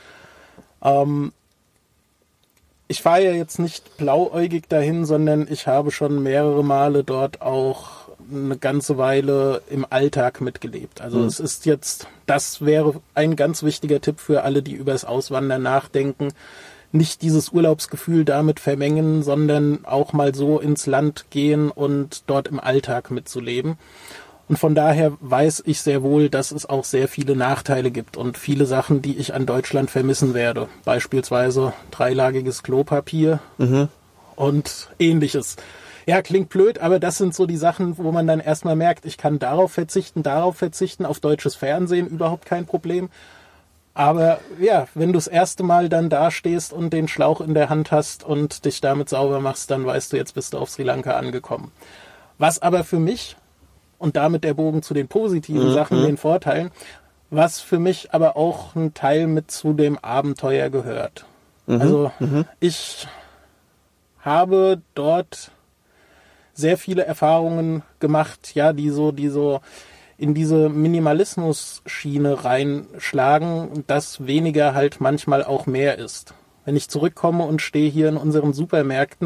Ich fahre ja jetzt nicht blauäugig dahin, sondern ich habe schon mehrere Male dort auch eine ganze Weile im Alltag mitgelebt. Also es ist jetzt, das wäre ein ganz wichtiger Tipp für alle, die über das Auswandern nachdenken. Nicht dieses Urlaubsgefühl damit vermengen, sondern auch mal so ins Land gehen und dort im Alltag mitzuleben. Und von daher weiß ich sehr wohl, dass es auch sehr viele Nachteile gibt und viele Sachen, die ich an Deutschland vermissen werde. Beispielsweise 3-lagiges Klopapier und Ähnliches. Ja, klingt blöd, aber das sind so die Sachen, wo man dann erstmal merkt, ich kann darauf verzichten, auf deutsches Fernsehen überhaupt kein Problem. Aber ja, wenn du das erste Mal dann dastehst und den Schlauch in der Hand hast und dich damit sauber machst, dann weißt du, jetzt bist du auf Sri Lanka angekommen. Was aber für mich, und damit der Bogen zu den positiven Sachen, den Vorteilen, was für mich aber auch ein Teil mit zu dem Abenteuer gehört. Also ich habe dort sehr viele Erfahrungen gemacht, ja, die so in diese Minimalismus-Schiene reinschlagen, dass weniger halt manchmal auch mehr ist. Wenn ich zurückkomme und stehe hier in unseren Supermärkten,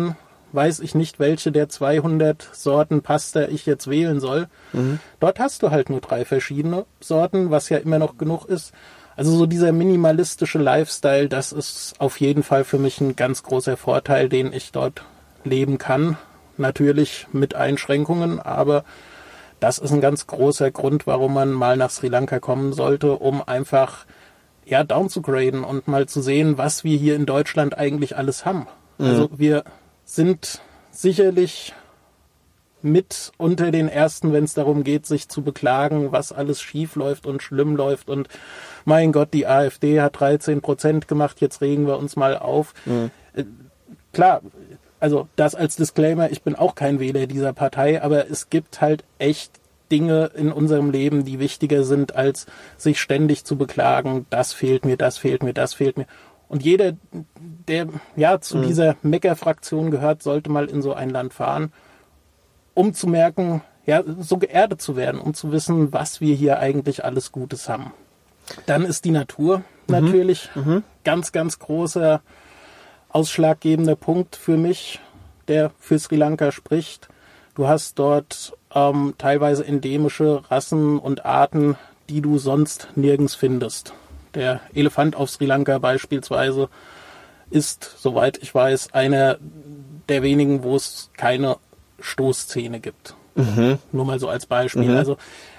weiß ich nicht, welche der 200 Sorten Pasta ich jetzt wählen soll. Dort hast du halt nur 3 verschiedene Sorten, was ja immer noch genug ist. Also so dieser minimalistische Lifestyle, das ist auf jeden Fall für mich ein ganz großer Vorteil, den ich dort leben kann. Natürlich mit Einschränkungen, aber das ist ein ganz großer Grund, warum man mal nach Sri Lanka kommen sollte, um einfach down zu graden und mal zu sehen, was wir hier in Deutschland eigentlich alles haben. Also wir sind sicherlich mit unter den Ersten, wenn es darum geht, sich zu beklagen, was alles schief läuft und schlimm läuft und mein Gott, die AfD hat 13% gemacht, jetzt regen wir uns mal auf. Klar, also das als Disclaimer, ich bin auch kein Wähler dieser Partei, aber es gibt halt echt Dinge in unserem Leben, die wichtiger sind, als sich ständig zu beklagen, das fehlt mir, das fehlt mir, das fehlt mir. Und jeder, der zu dieser Mecker-Fraktion gehört, sollte mal in so ein Land fahren, um zu merken, so geerdet zu werden, um zu wissen, was wir hier eigentlich alles Gutes haben. Dann ist die Natur natürlich ganz, ganz großer, ausschlaggebender Punkt für mich, der für Sri Lanka spricht. Du hast dort teilweise endemische Rassen und Arten, die du sonst nirgends findest. Der Elefant auf Sri Lanka beispielsweise ist, soweit ich weiß, einer der wenigen, wo es keine Stoßzähne gibt. Nur mal so als Beispiel. Also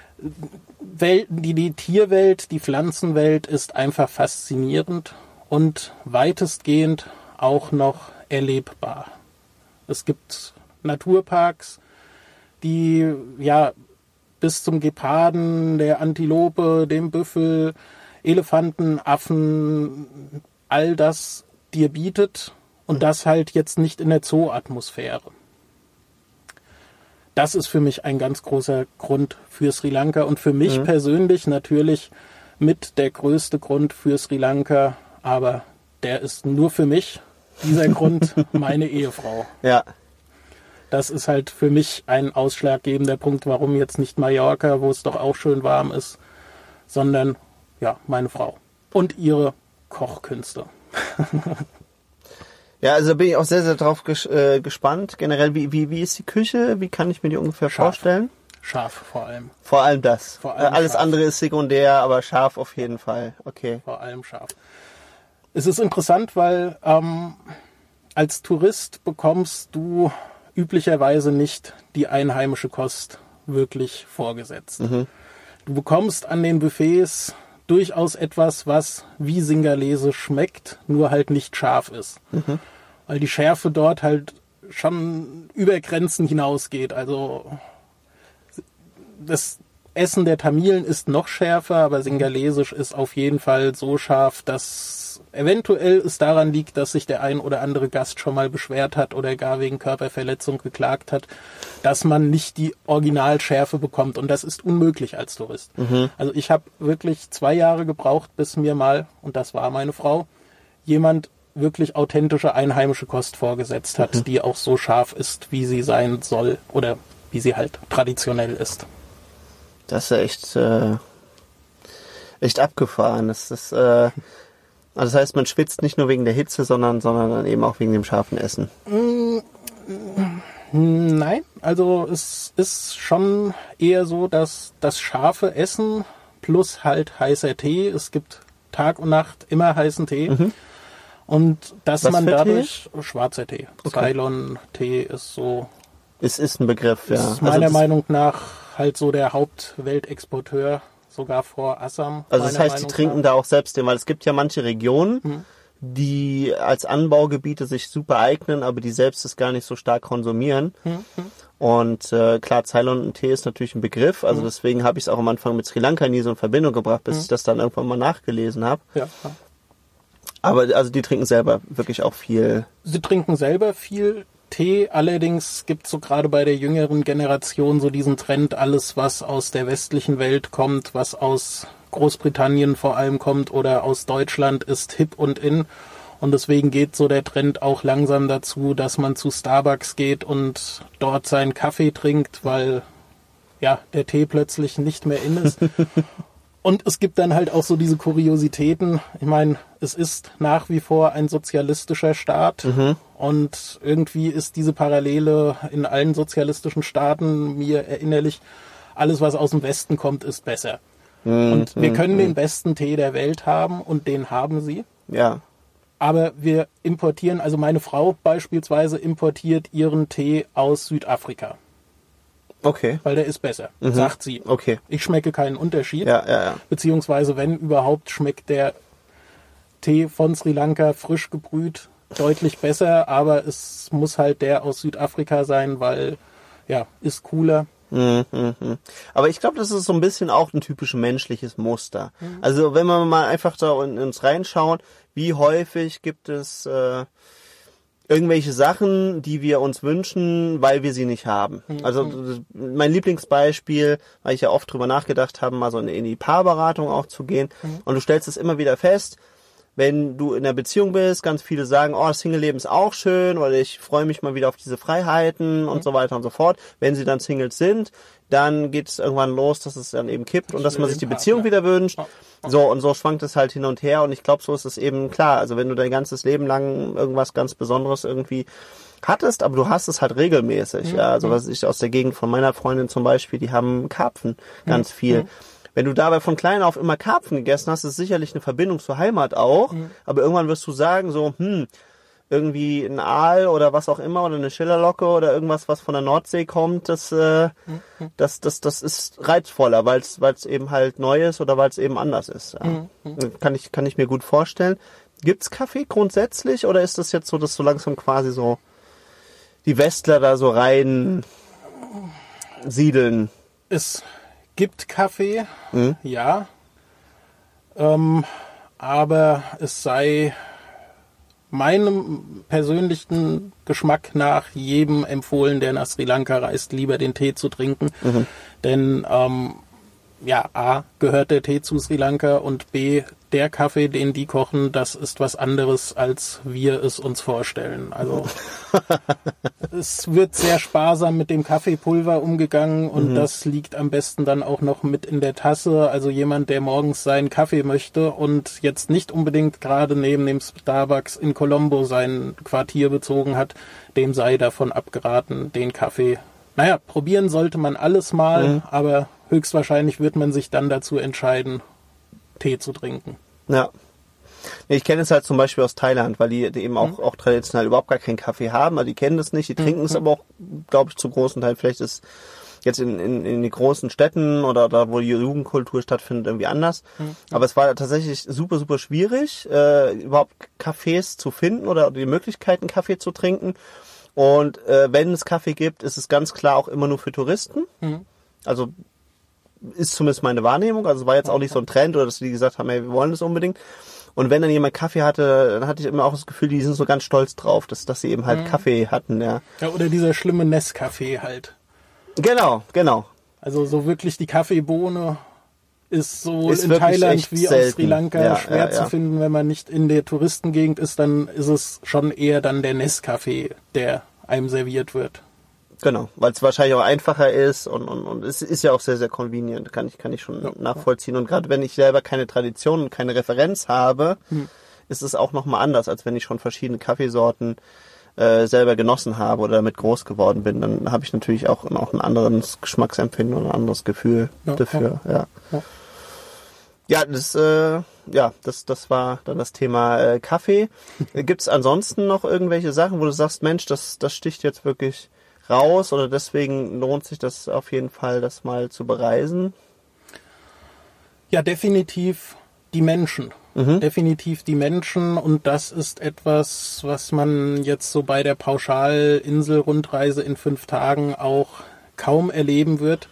die Tierwelt, die Pflanzenwelt ist einfach faszinierend und weitestgehend auch noch erlebbar. Es gibt Naturparks, die bis zum Geparden, der Antilope, dem Büffel, Elefanten, Affen, all das dir bietet und das halt jetzt nicht in der Zoo-Atmosphäre. Das ist für mich ein ganz großer Grund für Sri Lanka und für mich persönlich natürlich mit der größte Grund für Sri Lanka, aber der ist nur für mich, dieser Grund, meine Ehefrau. Ja. Das ist halt für mich ein ausschlaggebender Punkt, warum jetzt nicht Mallorca, wo es doch auch schön warm ist, sondern meine Frau und ihre Kochkünste. Ja, also bin ich auch sehr, sehr drauf gespannt. Generell, wie ist die Küche? Wie kann ich mir die ungefähr vorstellen? Scharf vor allem. Vor allem das. Vor allem alles scharf. andere ist sekundär, aber scharf auf jeden Fall. Okay. Vor allem scharf. Es ist interessant, weil als Tourist bekommst du üblicherweise nicht die einheimische Kost wirklich vorgesetzt. Du bekommst an den Buffets durchaus etwas, was wie Singalese schmeckt, nur halt nicht scharf ist. Weil die Schärfe dort halt schon über Grenzen hinausgeht. Also das Essen der Tamilen ist noch schärfer, aber Singalesisch ist auf jeden Fall so scharf, dass eventuell es daran liegt, dass sich der ein oder andere Gast schon mal beschwert hat oder gar wegen Körperverletzung geklagt hat, dass man nicht die Originalschärfe bekommt. Und das ist unmöglich als Tourist. Also ich habe wirklich 2 Jahre gebraucht, bis mir mal, und das war meine Frau, jemand wirklich authentische einheimische Kost vorgesetzt hat, die auch so scharf ist, wie sie sein soll oder wie sie halt traditionell ist. Das ist ja echt abgefahren. Also das heißt, man schwitzt nicht nur wegen der Hitze, sondern dann eben auch wegen dem scharfen Essen. Nein, also es ist schon eher so, dass das scharfe Essen plus halt heißer Tee, es gibt Tag und Nacht immer heißen Tee. Und dass Was man für dadurch, schwarzer Tee, Ceylon-Tee ist so... Es ist ein Begriff, ja. Ist meiner Meinung nach halt so der Hauptweltexporteur, sogar vor Assam. Also das heißt, die trinken da auch selbst den, weil es gibt ja manche Regionen, die als Anbaugebiete sich super eignen, aber die selbst es gar nicht so stark konsumieren. Und klar, Ceylon-Tee ist natürlich ein Begriff, also deswegen habe ich es auch am Anfang mit Sri Lanka nie so in Verbindung gebracht, bis ich das dann irgendwann mal nachgelesen habe. Ja. Aber also die trinken selber wirklich auch viel. Sie trinken selber viel Tee, allerdings gibt es so gerade bei der jüngeren Generation so diesen Trend, alles was aus der westlichen Welt kommt, was aus Großbritannien vor allem kommt oder aus Deutschland, ist hip und in. Und deswegen geht so der Trend auch langsam dazu, dass man zu Starbucks geht und dort seinen Kaffee trinkt, weil der Tee plötzlich nicht mehr in ist. Und es gibt dann halt auch so diese Kuriositäten. Ich meine, es ist nach wie vor ein sozialistischer Staat und irgendwie ist diese Parallele in allen sozialistischen Staaten mir erinnerlich, alles was aus dem Westen kommt, ist besser. Und wir können den besten Tee der Welt haben und den haben sie. Ja. Aber wir importieren, also meine Frau beispielsweise importiert ihren Tee aus Südafrika. Okay. Weil der ist besser, sagt sie. Okay. Ich schmecke keinen Unterschied. Ja. Beziehungsweise, wenn überhaupt, schmeckt der Tee von Sri Lanka frisch gebrüht deutlich besser. Aber es muss halt der aus Südafrika sein, weil, ja, ist cooler. Aber ich glaube, das ist so ein bisschen auch ein typisch menschliches Muster. Also wenn wir mal einfach da in uns reinschauen, wie häufig gibt es irgendwelche Sachen, die wir uns wünschen, weil wir sie nicht haben. Also mein Lieblingsbeispiel, weil ich ja oft drüber nachgedacht habe, mal so in die Paarberatung auch zu gehen. Und du stellst es immer wieder fest, wenn du in einer Beziehung bist, ganz viele sagen, oh, das Single-Leben ist auch schön oder ich freue mich mal wieder auf diese Freiheiten und so weiter und so fort. Wenn sie dann Singles sind, dann geht es irgendwann los, dass es dann eben kippt und dass man sich die Beziehung wieder wünscht. So, und so schwankt es halt hin und her und ich glaube, so ist es eben klar. Also wenn du dein ganzes Leben lang irgendwas ganz Besonderes irgendwie hattest, aber du hast es halt regelmäßig. Ja, also was ich aus der Gegend von meiner Freundin zum Beispiel, die haben Karpfen ganz viel. Wenn du dabei von klein auf immer Karpfen gegessen hast, ist sicherlich eine Verbindung zur Heimat auch. Aber irgendwann wirst du sagen so, irgendwie ein Aal oder was auch immer oder eine Schillerlocke oder irgendwas, was von der Nordsee kommt, das ist reizvoller, weil es eben halt neu ist oder weil es eben anders ist. Ja. Kann ich mir gut vorstellen. Gibt's Kaffee grundsätzlich oder ist das jetzt so, dass so langsam quasi so die Westler da so rein siedeln? Es gibt Kaffee, ja, aber es sei meinem persönlichen Geschmack nach jedem empfohlen, der nach Sri Lanka reist, lieber den Tee zu trinken. Denn A, gehört der Tee zu Sri Lanka und B, der Kaffee, den die kochen, das ist was anderes, als wir es uns vorstellen. Also es wird sehr sparsam mit dem Kaffeepulver umgegangen und das liegt am besten dann auch noch mit in der Tasse. Also jemand, der morgens seinen Kaffee möchte und jetzt nicht unbedingt gerade neben dem Starbucks in Colombo sein Quartier bezogen hat, dem sei davon abgeraten, den Kaffee. Naja, probieren sollte man alles mal, aber höchstwahrscheinlich wird man sich dann dazu entscheiden, Tee zu trinken. Ja. Ich kenne es halt zum Beispiel aus Thailand, weil die eben auch traditionell überhaupt gar keinen Kaffee haben. Also die kennen das nicht, die trinken es aber auch, glaube ich, zu großen Teil. Vielleicht ist jetzt in den großen Städten oder da, wo die Jugendkultur stattfindet, irgendwie anders. Aber es war tatsächlich super, super schwierig, überhaupt Cafés zu finden oder die Möglichkeit, einen Kaffee zu trinken. Und wenn es Kaffee gibt, ist es ganz klar auch immer nur für Touristen. Also ist zumindest meine Wahrnehmung. Also es war jetzt auch nicht so ein Trend oder dass die gesagt haben, hey, wir wollen das unbedingt. Und wenn dann jemand Kaffee hatte, dann hatte ich immer auch das Gefühl, die sind so ganz stolz drauf, dass sie eben halt Kaffee hatten. Ja, oder dieser schlimme Nescafé halt. Genau. Also so wirklich die Kaffeebohne ist so in Thailand wie auf Sri Lanka schwer zu finden. Wenn man nicht in der Touristengegend ist, dann ist es schon eher dann der Nescafé, der einem serviert wird. Genau, weil es wahrscheinlich auch einfacher ist und es ist ja auch sehr, sehr convenient, kann ich schon nachvollziehen. Und gerade wenn ich selber keine Tradition und keine Referenz habe, ist es auch nochmal anders, als wenn ich schon verschiedene Kaffeesorten selber genossen habe oder damit groß geworden bin. Dann habe ich natürlich auch ein anderes Geschmacksempfinden und ein anderes Gefühl dafür. Ja, das war dann das Thema Kaffee. Gibt es ansonsten noch irgendwelche Sachen, wo du sagst, Mensch, das sticht jetzt wirklich raus oder deswegen lohnt sich das auf jeden Fall, das mal zu bereisen? Ja, definitiv die Menschen. Definitiv die Menschen und das ist etwas, was man jetzt so bei der Pauschal-Insel-Rundreise in 5 Tagen auch kaum erleben wird.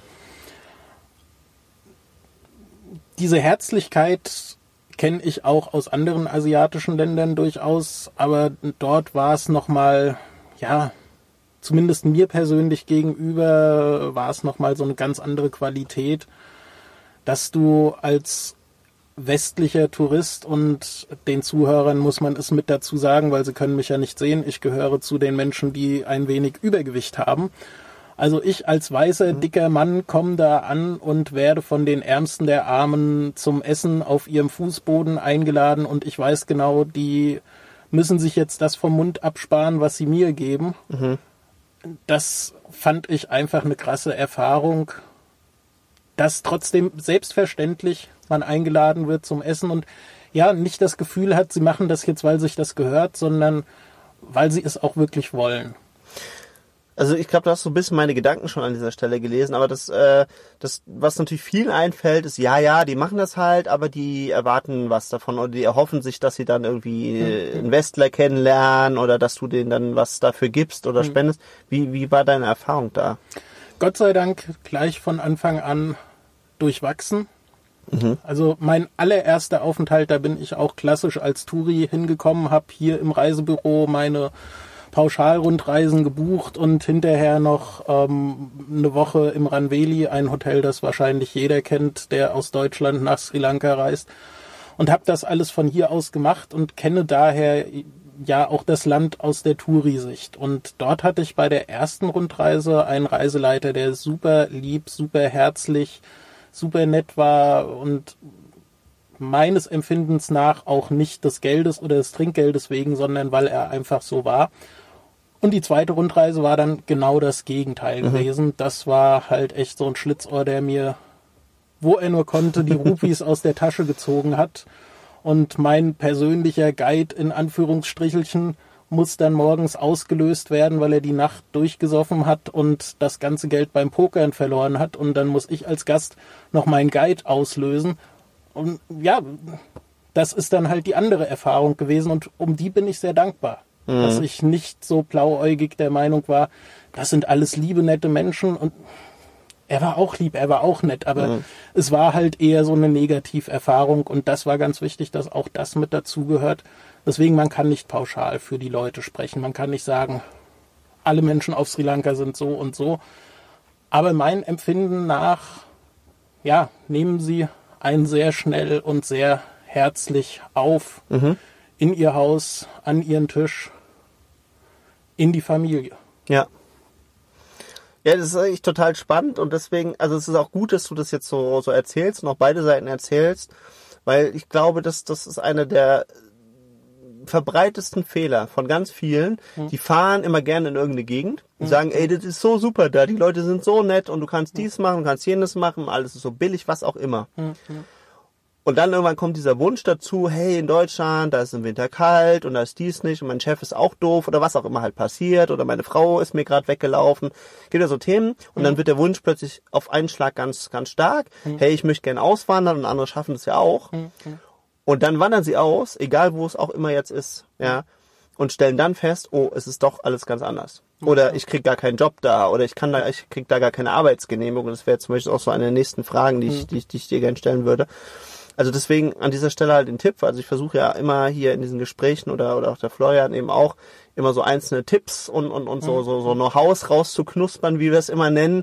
Diese Herzlichkeit kenne ich auch aus anderen asiatischen Ländern durchaus, aber dort war es nochmal, zumindest mir persönlich gegenüber, war es nochmal so eine ganz andere Qualität, dass du als westlicher Tourist und den Zuhörern muss man es mit dazu sagen, weil sie können mich ja nicht sehen. Ich gehöre zu den Menschen, die ein wenig Übergewicht haben. Also ich als weißer, dicker Mann komme da an und werde von den Ärmsten der Armen zum Essen auf ihrem Fußboden eingeladen und ich weiß genau, die müssen sich jetzt das vom Mund absparen, was sie mir geben. Das fand ich einfach eine krasse Erfahrung, dass trotzdem selbstverständlich man eingeladen wird zum Essen und ja, nicht das Gefühl hat, sie machen das jetzt, weil sich das gehört, sondern weil sie es auch wirklich wollen. Also ich glaube, du hast so ein bisschen meine Gedanken schon an dieser Stelle gelesen, aber das was natürlich vielen einfällt, ist, ja, die machen das halt, aber die erwarten was davon oder die erhoffen sich, dass sie dann irgendwie einen Westler kennenlernen oder dass du denen dann was dafür gibst oder spendest. Wie war deine Erfahrung da? Gott sei Dank gleich von Anfang an durchwachsen. Also mein allererster Aufenthalt, da bin ich auch klassisch als Touri hingekommen, habe hier im Reisebüro meine Pauschalrundreisen gebucht und hinterher noch eine Woche im Ranveli, ein Hotel, das wahrscheinlich jeder kennt, der aus Deutschland nach Sri Lanka reist. Und habe das alles von hier aus gemacht und kenne daher ja auch das Land aus der Touri-Sicht. Und dort hatte ich bei der ersten Rundreise einen Reiseleiter, der super lieb, super herzlich, super nett war und meines Empfindens nach auch nicht des Geldes oder des Trinkgeldes wegen, sondern weil er einfach so war. Und die zweite Rundreise war dann genau das Gegenteil gewesen. Das war halt echt so ein Schlitzohr, der mir, wo er nur konnte, die Rupees aus der Tasche gezogen hat. Und mein persönlicher Guide in Anführungsstrichelchen muss dann morgens ausgelöst werden, weil er die Nacht durchgesoffen hat und das ganze Geld beim Pokern verloren hat. Und dann muss ich als Gast noch meinen Guide auslösen. Und ja, das ist dann halt die andere Erfahrung gewesen und um die bin ich sehr dankbar. Dass ich nicht so blauäugig der Meinung war, das sind alles liebe, nette Menschen und er war auch lieb, er war auch nett, aber es war halt eher so eine Negativerfahrung und das war ganz wichtig, dass auch das mit dazugehört. Deswegen, man kann nicht pauschal für die Leute sprechen. Man kann nicht sagen, alle Menschen auf Sri Lanka sind so und so. Aber mein Empfinden nach, ja, nehmen sie einen sehr schnell und sehr herzlich auf in ihr Haus, an ihren Tisch, in die Familie. Ja. Ja, das ist eigentlich total spannend und deswegen, also es ist auch gut, dass du das jetzt so erzählst und auch beide Seiten erzählst, weil ich glaube, das ist einer der verbreitesten Fehler von ganz vielen. Die fahren immer gerne in irgendeine Gegend und sagen, ey, das ist so super da, die Leute sind so nett und du kannst dies machen, du kannst jenes machen, alles ist so billig, was auch immer. Und dann irgendwann kommt dieser Wunsch dazu, hey, in Deutschland, da ist im Winter kalt und da ist dies nicht und mein Chef ist auch doof oder was auch immer halt passiert oder meine Frau ist mir gerade weggelaufen. Gibt ja so Themen und dann wird der Wunsch plötzlich auf einen Schlag ganz, ganz stark. Hey, ich möchte gerne auswandern und andere schaffen das ja auch. Und dann wandern sie aus, egal wo es auch immer jetzt ist, ja, und stellen dann fest, oh, es ist doch alles ganz anders. Oder ich krieg gar keinen Job da oder ich krieg da gar keine Arbeitsgenehmigung. Das wäre zum Beispiel auch so eine der nächsten Fragen, die ich dir gerne stellen würde. Also deswegen an dieser Stelle halt den Tipp, also ich versuche ja immer hier in diesen Gesprächen oder auch der Florian eben auch immer so einzelne Tipps und so Know-hows rauszuknuspern, wie wir es immer nennen,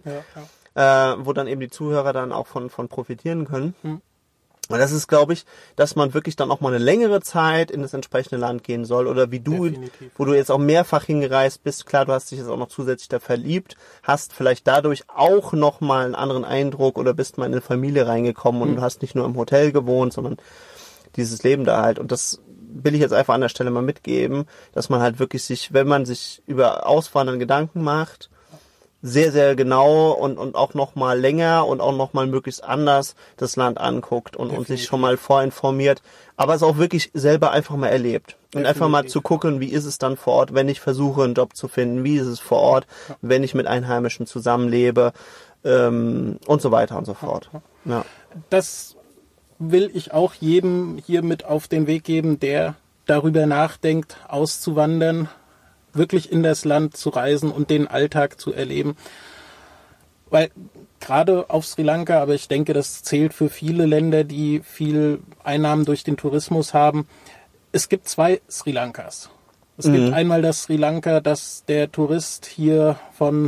wo dann eben die Zuhörer dann auch von profitieren können. Und das ist, glaube ich, dass man wirklich dann auch mal eine längere Zeit in das entsprechende Land gehen soll oder wie du, definitiv, wo du jetzt auch mehrfach hingereist bist. Klar, du hast dich jetzt auch noch zusätzlich da verliebt, hast vielleicht dadurch auch noch mal einen anderen Eindruck oder bist mal in eine Familie reingekommen und du hast nicht nur im Hotel gewohnt, sondern dieses Leben da halt. Und das will ich jetzt einfach an der Stelle mal mitgeben, dass man halt wirklich sich, wenn man sich über Auswandern Gedanken macht, sehr, sehr genau und auch noch mal länger und auch noch mal möglichst anders das Land anguckt und sich schon mal vorinformiert, aber es auch wirklich selber einfach mal erlebt. Und einfach mal zu gucken, wie ist es dann vor Ort, wenn ich versuche, einen Job zu finden, wie ist es vor Ort, wenn ich mit Einheimischen zusammenlebe und so weiter und so fort. Ja. Das will ich auch jedem hier mit auf den Weg geben, der darüber nachdenkt, auszuwandern, wirklich in das Land zu reisen und den Alltag zu erleben. Weil gerade auf Sri Lanka, aber ich denke, das zählt für viele Länder, die viel Einnahmen durch den Tourismus haben, es gibt zwei Sri Lankas. Es gibt einmal das Sri Lanka, das der Tourist hier von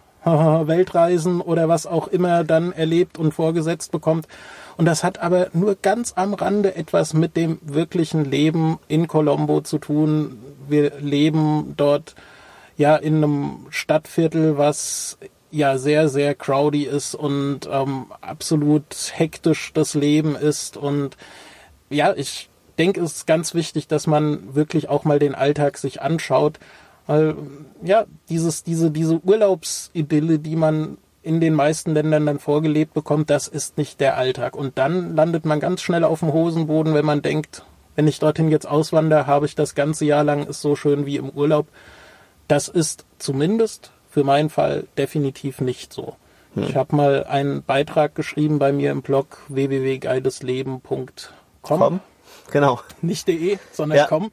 Weltreisen oder was auch immer dann erlebt und vorgesetzt bekommt. Und das hat aber nur ganz am Rande etwas mit dem wirklichen Leben in Colombo zu tun. Wir leben dort ja in einem Stadtviertel, was ja sehr, sehr crowdy ist und absolut hektisch das Leben ist. Und ja, ich denke, es ist ganz wichtig, dass man wirklich auch mal den Alltag sich anschaut. Weil ja, diese Urlaubsidylle, die man in den meisten Ländern dann vorgelebt bekommt, das ist nicht der Alltag. Und dann landet man ganz schnell auf dem Hosenboden, wenn man denkt, wenn ich dorthin jetzt auswandere, habe ich das ganze Jahr lang, ist so schön wie im Urlaub. Das ist zumindest für meinen Fall definitiv nicht so. Ich habe mal einen Beitrag geschrieben bei mir im Blog www.geilesleben.com. Genau. Nicht .de, sondern .com.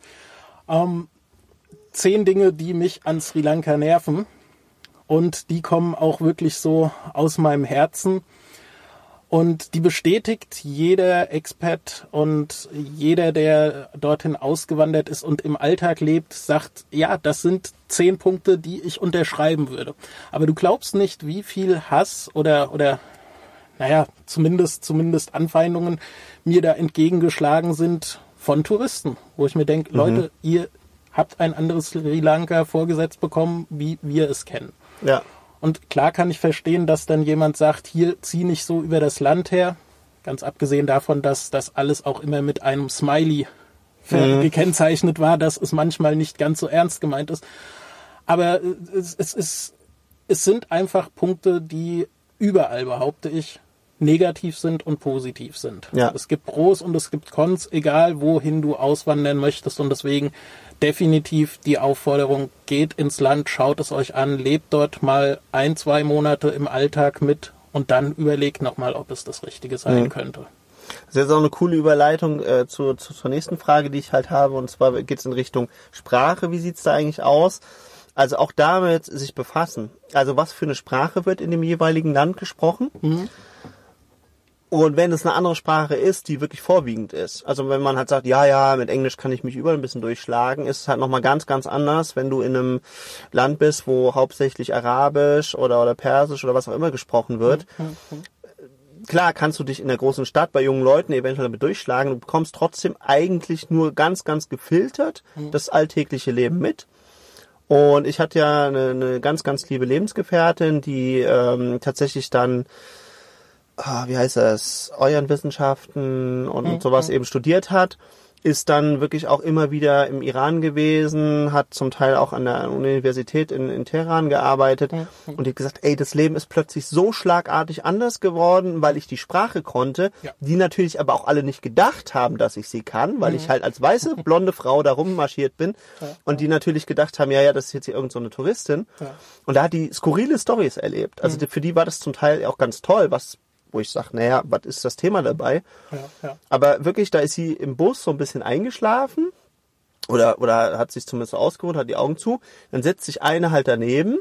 10 Dinge, die mich an Sri Lanka nerven. Und die kommen auch wirklich so aus meinem Herzen. Und die bestätigt jeder Expat und jeder, der dorthin ausgewandert ist und im Alltag lebt, sagt, ja, das sind 10 Punkte, die ich unterschreiben würde. Aber du glaubst nicht, wie viel Hass oder naja, zumindest Anfeindungen mir da entgegengeschlagen sind von Touristen, wo ich mir denke, Leute, ihr habt ein anderes Sri Lanka vorgesetzt bekommen, wie wir es kennen. Ja. Und klar kann ich verstehen, dass dann jemand sagt, hier, zieh nicht so über das Land her. Ganz abgesehen davon, dass das alles auch immer mit einem Smiley gekennzeichnet war, dass es manchmal nicht ganz so ernst gemeint ist. Aber es sind einfach Punkte, die überall, behaupte ich, negativ sind und positiv sind. Ja. Es gibt Pros und es gibt Cons, egal wohin du auswandern möchtest. Und deswegen definitiv die Aufforderung, geht ins Land, schaut es euch an, lebt dort mal 1-2 Monate im Alltag mit und dann überlegt nochmal, ob es das Richtige sein könnte. Das ist jetzt auch eine coole Überleitung zur nächsten Frage, die ich halt habe. Und zwar geht es in Richtung Sprache. Wie sieht's da eigentlich aus? Also auch damit sich befassen. Also was für eine Sprache wird in dem jeweiligen Land gesprochen? Und wenn es eine andere Sprache ist, die wirklich vorwiegend ist, also wenn man halt sagt, ja, mit Englisch kann ich mich überall ein bisschen durchschlagen, ist es halt nochmal ganz, ganz anders, wenn du in einem Land bist, wo hauptsächlich Arabisch oder Persisch oder was auch immer gesprochen wird. Klar kannst du dich in der großen Stadt bei jungen Leuten eventuell damit durchschlagen, du bekommst trotzdem eigentlich nur ganz, ganz gefiltert das alltägliche Leben mit. Und ich hatte ja eine ganz, ganz liebe Lebensgefährtin, die tatsächlich dann Eurenwissenschaften und sowas eben studiert hat, ist dann wirklich auch immer wieder im Iran gewesen, hat zum Teil auch an der Universität in Teheran gearbeitet und die hat gesagt, das Leben ist plötzlich so schlagartig anders geworden, weil ich die Sprache konnte, die natürlich aber auch alle nicht gedacht haben, dass ich sie kann, weil ich halt als weiße, blonde Frau da rummarschiert bin und die natürlich gedacht haben, ja, das ist jetzt hier irgend so eine Touristin. Und da hat die skurrile Storys erlebt. Also für die war das zum Teil auch ganz toll, wo ich sage, naja, was ist das Thema dabei? Aber wirklich, da ist sie im Bus so ein bisschen eingeschlafen oder hat sich zumindest so ausgeruht, hat die Augen zu. Dann setzt sich eine halt daneben.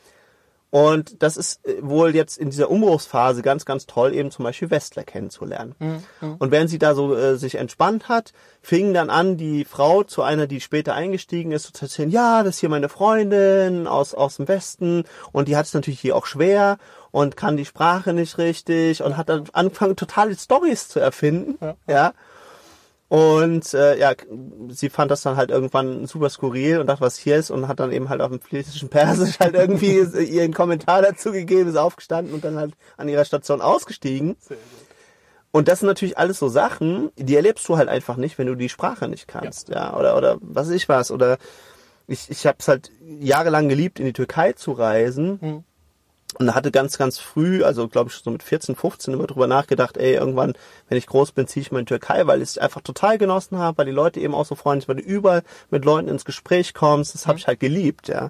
Und das ist wohl jetzt in dieser Umbruchsphase ganz, ganz toll, eben zum Beispiel Westler kennenzulernen. Und während sie da so sich entspannt hat, fing dann an, die Frau zu einer, die später eingestiegen ist, zu erzählen, ja, das ist hier meine Freundin aus dem Westen und die hat es natürlich hier auch schwer und kann die Sprache nicht richtig und hat dann angefangen, totale Storys zu erfinden. Ja. Und sie fand das dann halt irgendwann super skurril und dachte, was hier ist, und hat dann eben halt auf dem fließenden Persisch halt irgendwie ihren Kommentar dazu gegeben, ist aufgestanden und dann halt an ihrer Station ausgestiegen. Sehr gut. Und das sind natürlich alles so Sachen, die erlebst du halt einfach nicht, wenn du die Sprache nicht kannst. Ja. Oder was weiß ich was. Oder ich habe es halt jahrelang geliebt, in die Türkei zu reisen. Und hatte ganz, ganz früh, also glaube ich so mit 14, 15 immer drüber nachgedacht, irgendwann, wenn ich groß bin, ziehe ich mal in die Türkei, weil ich es einfach total genossen habe, weil die Leute eben auch so freundlich, weil du überall mit Leuten ins Gespräch kommst, das habe ich halt geliebt, ja.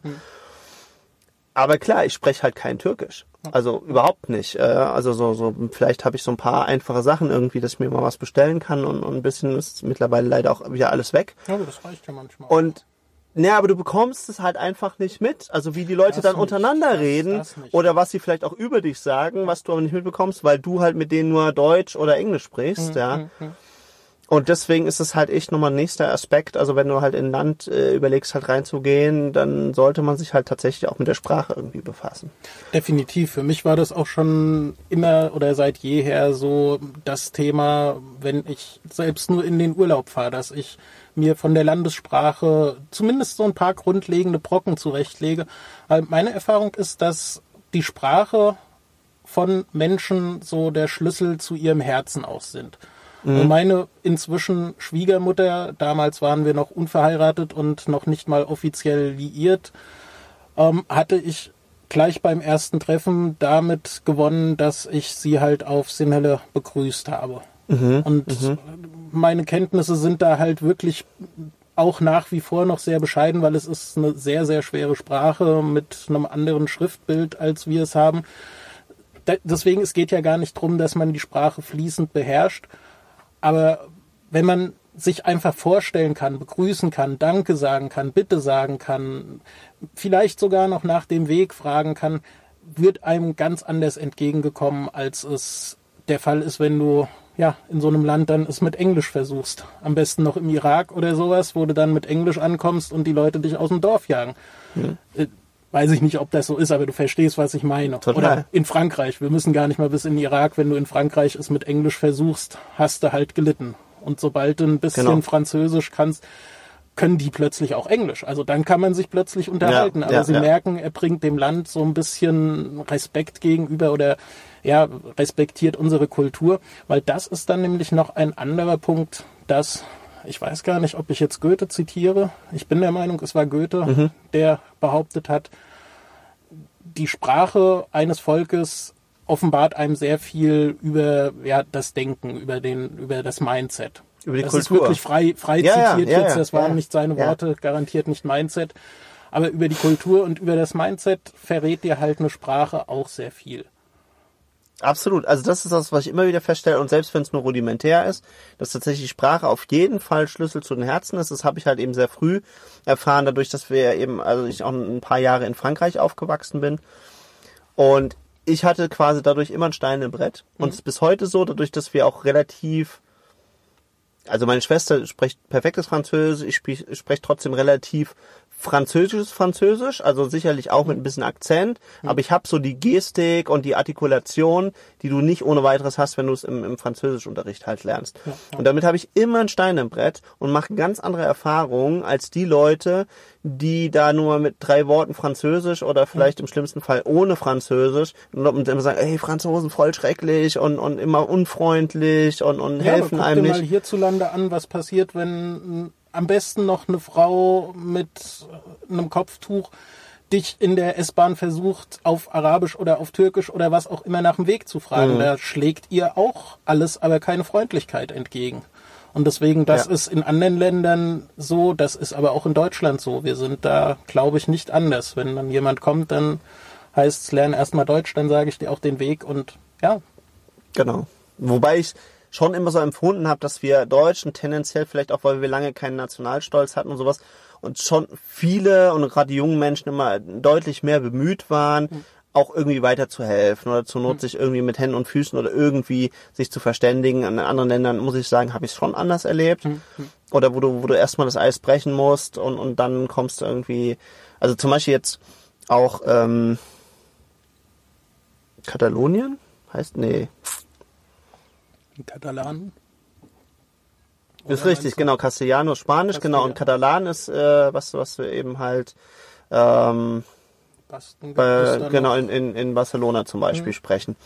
Aber klar, ich spreche halt kein Türkisch, also überhaupt nicht. Also so vielleicht habe ich so ein paar einfache Sachen irgendwie, dass ich mir mal was bestellen kann und ein bisschen ist mittlerweile leider auch wieder alles weg. Ja, das reicht ja manchmal. Und aber du bekommst es halt einfach nicht mit. Also wie die Leute dann untereinander reden oder was sie vielleicht auch über dich sagen, was du aber nicht mitbekommst, weil du halt mit denen nur Deutsch oder Englisch sprichst, ja. Und deswegen ist es halt echt nochmal ein nächster Aspekt. Also wenn du halt in ein Land überlegst, halt reinzugehen, dann sollte man sich halt tatsächlich auch mit der Sprache irgendwie befassen. Definitiv. Für mich war das auch schon immer oder seit jeher so das Thema, wenn ich selbst nur in den Urlaub fahre, dass ich mir von der Landessprache zumindest so ein paar grundlegende Brocken zurechtlege. Weil meine Erfahrung ist, dass die Sprache von Menschen so der Schlüssel zu ihrem Herzen auch sind. Und meine inzwischen Schwiegermutter, damals waren wir noch unverheiratet und noch nicht mal offiziell liiert, hatte ich gleich beim ersten Treffen damit gewonnen, dass ich sie halt auf Sinhelle begrüßt habe. Und meine Kenntnisse sind da halt wirklich auch nach wie vor noch sehr bescheiden, weil es ist eine sehr, sehr schwere Sprache mit einem anderen Schriftbild, als wir es haben. Deswegen, es geht ja gar nicht darum, dass man die Sprache fließend beherrscht. Aber wenn man sich einfach vorstellen kann, begrüßen kann, Danke sagen kann, Bitte sagen kann, vielleicht sogar noch nach dem Weg fragen kann, wird einem ganz anders entgegengekommen, als es der Fall ist, wenn du in so einem Land dann es mit Englisch versuchst. Am besten noch im Irak oder sowas, wo du dann mit Englisch ankommst und die Leute dich aus dem Dorf jagen. Weiß ich nicht, ob das so ist, aber du verstehst, was ich meine. Total. Oder in Frankreich. Wir müssen gar nicht mal bis in den Irak. Wenn du in Frankreich es mit Englisch versuchst, hast du halt gelitten. Und sobald du ein bisschen Französisch kannst, können die plötzlich auch Englisch. Also dann kann man sich plötzlich unterhalten. Aber sie merken, er bringt dem Land so ein bisschen Respekt gegenüber oder respektiert unsere Kultur. Weil das ist dann nämlich noch ein anderer Punkt, dass, ich weiß gar nicht, ob ich jetzt Goethe zitiere. Ich bin der Meinung, es war Goethe, der behauptet hat, die Sprache eines Volkes offenbart einem sehr viel über das Denken, über das Mindset. Über die das Kultur. Ist wirklich frei zitiert jetzt. Das waren nicht seine Worte, garantiert nicht Mindset. Aber über die Kultur und über das Mindset verrät dir halt eine Sprache auch sehr viel. Absolut. Also das ist das, was ich immer wieder feststelle. Und selbst wenn es nur rudimentär ist, dass tatsächlich die Sprache auf jeden Fall Schlüssel zu den Herzen ist. Das habe ich halt eben sehr früh erfahren, dadurch, dass ich auch ein paar Jahre in Frankreich aufgewachsen bin. Und ich hatte quasi dadurch immer ein Stein im Brett. Und es ist bis heute so, dadurch, dass wir auch also meine Schwester spricht perfektes Französisch, ich spreche trotzdem relativ Französisch, also sicherlich auch mit ein bisschen Akzent, aber ich habe so die Gestik und die Artikulation, die du nicht ohne weiteres hast, wenn du es im Französischunterricht halt lernst. Ja. Und damit habe ich immer einen Stein im Brett und mache ganz andere Erfahrungen als die Leute, die da nur mit 3 Worten Französisch oder vielleicht im schlimmsten Fall ohne Französisch und immer sagen, ey, Franzosen voll schrecklich und immer unfreundlich und helfen einem nicht. Guck dir mal hierzulande an, was passiert, wenn am besten noch eine Frau mit einem Kopftuch dich in der S-Bahn versucht, auf Arabisch oder auf Türkisch oder was auch immer nach dem Weg zu fragen. Da schlägt ihr auch alles, aber keine Freundlichkeit entgegen. Und deswegen, das ist in anderen Ländern so, das ist aber auch in Deutschland so. Wir sind da, glaube ich, nicht anders. Wenn dann jemand kommt, dann heißt es, lerne erstmal Deutsch, dann sage ich dir auch den Weg und ja. Genau. Wobei ich schon immer so empfunden habe, dass wir Deutschen tendenziell, vielleicht auch, weil wir lange keinen Nationalstolz hatten und sowas, und schon viele und gerade die jungen Menschen immer deutlich mehr bemüht waren, auch irgendwie weiterzuhelfen oder zur Not sich irgendwie mit Händen und Füßen oder irgendwie sich zu verständigen. In anderen Ländern, muss ich sagen, habe ich es schon anders erlebt. Oder wo du erstmal das Eis brechen musst und dann kommst du irgendwie, also zum Beispiel jetzt auch Katalonien heißt, Katalan? Ist richtig, genau. Castellano, Spanisch, genau. Und Katalan ist, was wir eben halt genau in Barcelona zum Beispiel sprechen.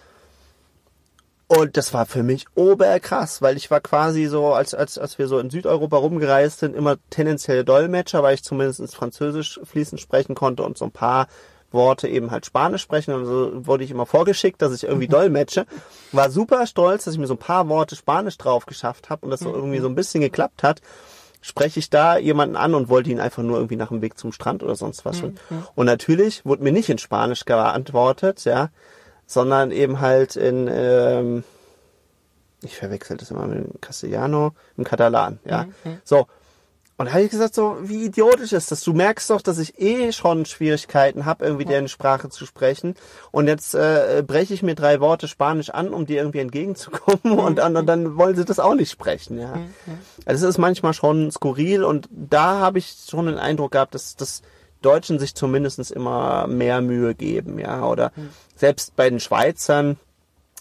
Und das war für mich oberkrass, weil ich war quasi so, als wir so in Südeuropa rumgereist sind, immer tendenziell Dolmetscher, weil ich zumindest Französisch fließend sprechen konnte und so ein paar Worte eben halt Spanisch sprechen, und so wurde ich immer vorgeschickt, dass ich irgendwie dolmetsche. War super stolz, dass ich mir so ein paar Worte Spanisch drauf geschafft habe und das so irgendwie so ein bisschen geklappt hat. Spreche ich da jemanden an und wollte ihn einfach nur irgendwie nach dem Weg zum Strand oder sonst was. Und natürlich wurde mir nicht in Spanisch geantwortet, sondern eben halt in, ich verwechsel das immer mit Castellano, im Katalan, So. Und da habe ich gesagt, so, wie idiotisch ist das? Du merkst doch, dass ich schon Schwierigkeiten habe, irgendwie deren Sprache zu sprechen. Und jetzt breche ich mir 3 Worte Spanisch an, um dir irgendwie entgegenzukommen. Und dann wollen sie das auch nicht sprechen. Ja. Also es ist manchmal schon skurril. Und da habe ich schon den Eindruck gehabt, dass Deutschen sich zumindest immer mehr Mühe geben. Ja. Oder selbst bei den Schweizern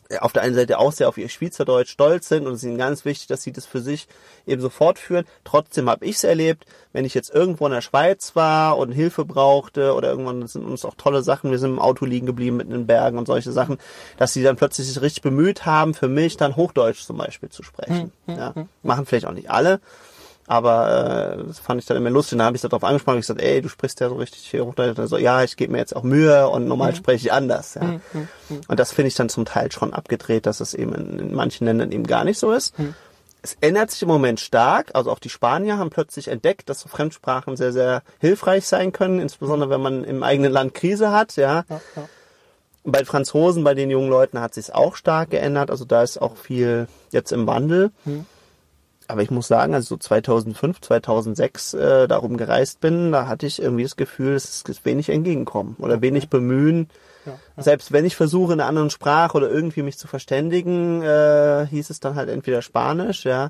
auf der einen Seite auch sehr auf ihr Schweizerdeutsch stolz sind und es ist ihnen ganz wichtig, dass sie das für sich eben so fortführen. Trotzdem habe ich es erlebt, wenn ich jetzt irgendwo in der Schweiz war und Hilfe brauchte oder irgendwann, das sind uns auch tolle Sachen, wir sind im Auto liegen geblieben mitten in den Bergen und solche Sachen, dass sie dann plötzlich sich richtig bemüht haben, für mich dann Hochdeutsch zum Beispiel zu sprechen. Ja. Machen vielleicht auch nicht alle, aber das fand ich dann immer lustig. Und dann habe ich darauf angesprochen und gesagt, ey, du sprichst ja so richtig hier Hochdeutsch. Und so, ja, ich gebe mir jetzt auch Mühe und normal spreche ich anders. Ja. Und das finde ich dann zum Teil schon abgedreht, dass es eben in manchen Ländern eben gar nicht so ist. Es ändert sich im Moment stark. Also auch die Spanier haben plötzlich entdeckt, dass so Fremdsprachen sehr, sehr hilfreich sein können, insbesondere wenn man im eigenen Land Krise hat. Ja. Bei Franzosen, bei den jungen Leuten hat sich es auch stark geändert. Also da ist auch viel jetzt im Wandel. Aber ich muss sagen, also so 2005, 2006 darum gereist bin, da hatte ich irgendwie das Gefühl, es ist wenig Entgegenkommen oder wenig Bemühen. Selbst wenn ich versuche, in einer anderen Sprache oder irgendwie mich zu verständigen, hieß es dann halt entweder Spanisch, ja,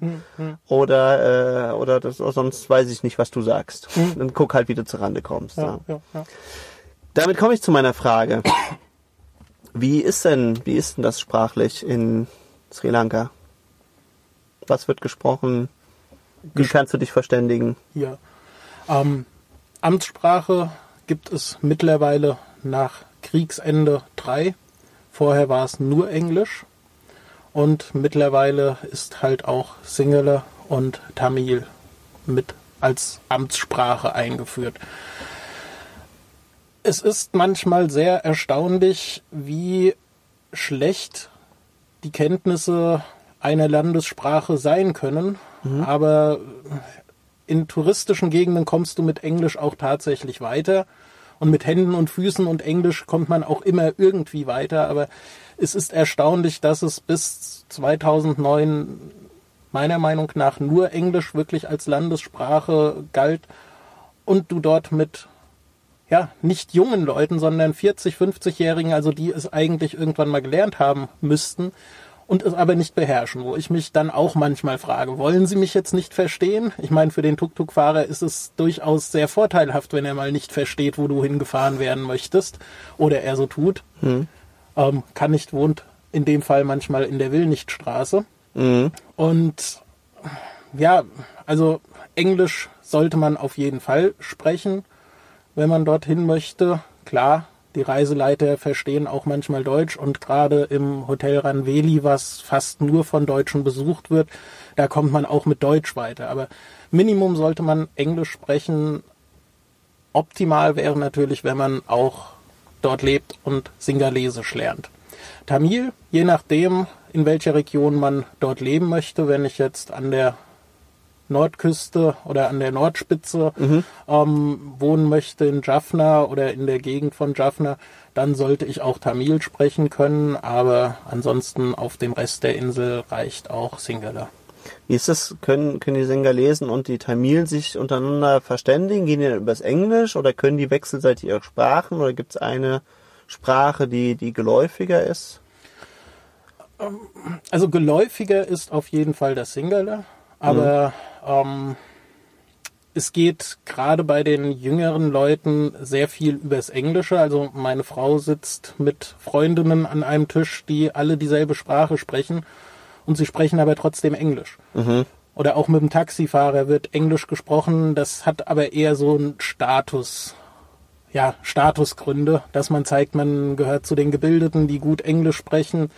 oder sonst weiß ich nicht, was du sagst. Dann guck halt, wie du zur Rande kommst. Ja. Damit komme ich zu meiner Frage. Wie ist denn das sprachlich in Sri Lanka? Was wird gesprochen? Wie kannst du dich verständigen? Ja. Amtssprache gibt es mittlerweile nach Kriegsende 3. Vorher war es nur Englisch. Und mittlerweile ist halt auch Sinhala und Tamil mit als Amtssprache eingeführt. Es ist manchmal sehr erstaunlich, wie schlecht die Kenntnisse einer Landessprache sein können, aber in touristischen Gegenden kommst du mit Englisch auch tatsächlich weiter und mit Händen und Füßen und Englisch kommt man auch immer irgendwie weiter, aber es ist erstaunlich, dass es bis 2009 meiner Meinung nach nur Englisch wirklich als Landessprache galt und du dort mit nicht jungen Leuten, sondern 40-, 50-Jährigen, also die es eigentlich irgendwann mal gelernt haben müssten, und es aber nicht beherrschen, wo ich mich dann auch manchmal frage, wollen Sie mich jetzt nicht verstehen? Ich meine, für den Tuk-Tuk-Fahrer ist es durchaus sehr vorteilhaft, wenn er mal nicht versteht, wo du hingefahren werden möchtest oder er so tut. Kann nicht, wohnt in dem Fall manchmal in der Willnichtstraße. Und ja, also Englisch sollte man auf jeden Fall sprechen, wenn man dorthin möchte. Klar, die Reiseleiter verstehen auch manchmal Deutsch und gerade im Hotel Ranveli, was fast nur von Deutschen besucht wird, da kommt man auch mit Deutsch weiter. Aber Minimum sollte man Englisch sprechen. Optimal wäre natürlich, wenn man auch dort lebt und Singalesisch lernt. Tamil, je nachdem, in welcher Region man dort leben möchte, wenn ich jetzt an der Nordküste oder an der Nordspitze wohnen möchte, in Jaffna oder in der Gegend von Jaffna, dann sollte ich auch Tamil sprechen können, aber ansonsten auf dem Rest der Insel reicht auch Sinhala. Wie ist das? Können die Singalesen und die Tamilen sich untereinander verständigen? Gehen die dann übers Englisch oder können die wechselseitig ihre Sprachen oder gibt es eine Sprache, die geläufiger ist? Also geläufiger ist auf jeden Fall das Sinhala. Aber es geht gerade bei den jüngeren Leuten sehr viel übers Englische. Also meine Frau sitzt mit Freundinnen an einem Tisch, die alle dieselbe Sprache sprechen und sie sprechen aber trotzdem Englisch. Oder auch mit dem Taxifahrer wird Englisch gesprochen. Das hat aber eher so einen Statusgründe, dass man zeigt, man gehört zu den Gebildeten, die gut Englisch sprechen.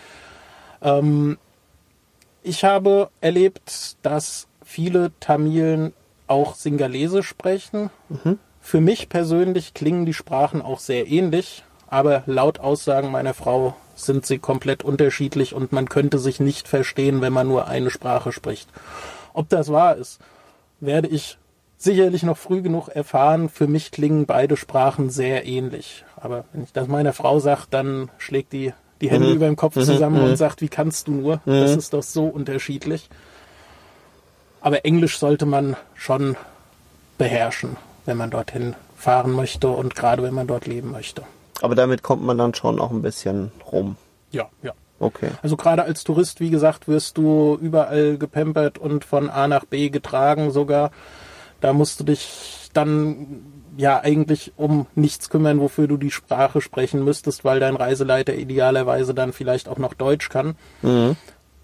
Ich habe erlebt, dass viele Tamilen auch Singalesisch sprechen. Für mich persönlich klingen die Sprachen auch sehr ähnlich, aber laut Aussagen meiner Frau sind sie komplett unterschiedlich und man könnte sich nicht verstehen, wenn man nur eine Sprache spricht. Ob das wahr ist, werde ich sicherlich noch früh genug erfahren. Für mich klingen beide Sprachen sehr ähnlich. Aber wenn ich das meiner Frau sage, dann schlägt die Hände über dem Kopf zusammen und sagt, wie kannst du nur? Das ist doch so unterschiedlich. Aber Englisch sollte man schon beherrschen, wenn man dorthin fahren möchte und gerade wenn man dort leben möchte. Aber damit kommt man dann schon auch ein bisschen rum. Ja. Okay. Also gerade als Tourist, wie gesagt, wirst du überall gepampert und von A nach B getragen sogar. Da musst du dich dann ja eigentlich um nichts kümmern, wofür du die Sprache sprechen müsstest, weil dein Reiseleiter idealerweise dann vielleicht auch noch Deutsch kann. Mhm.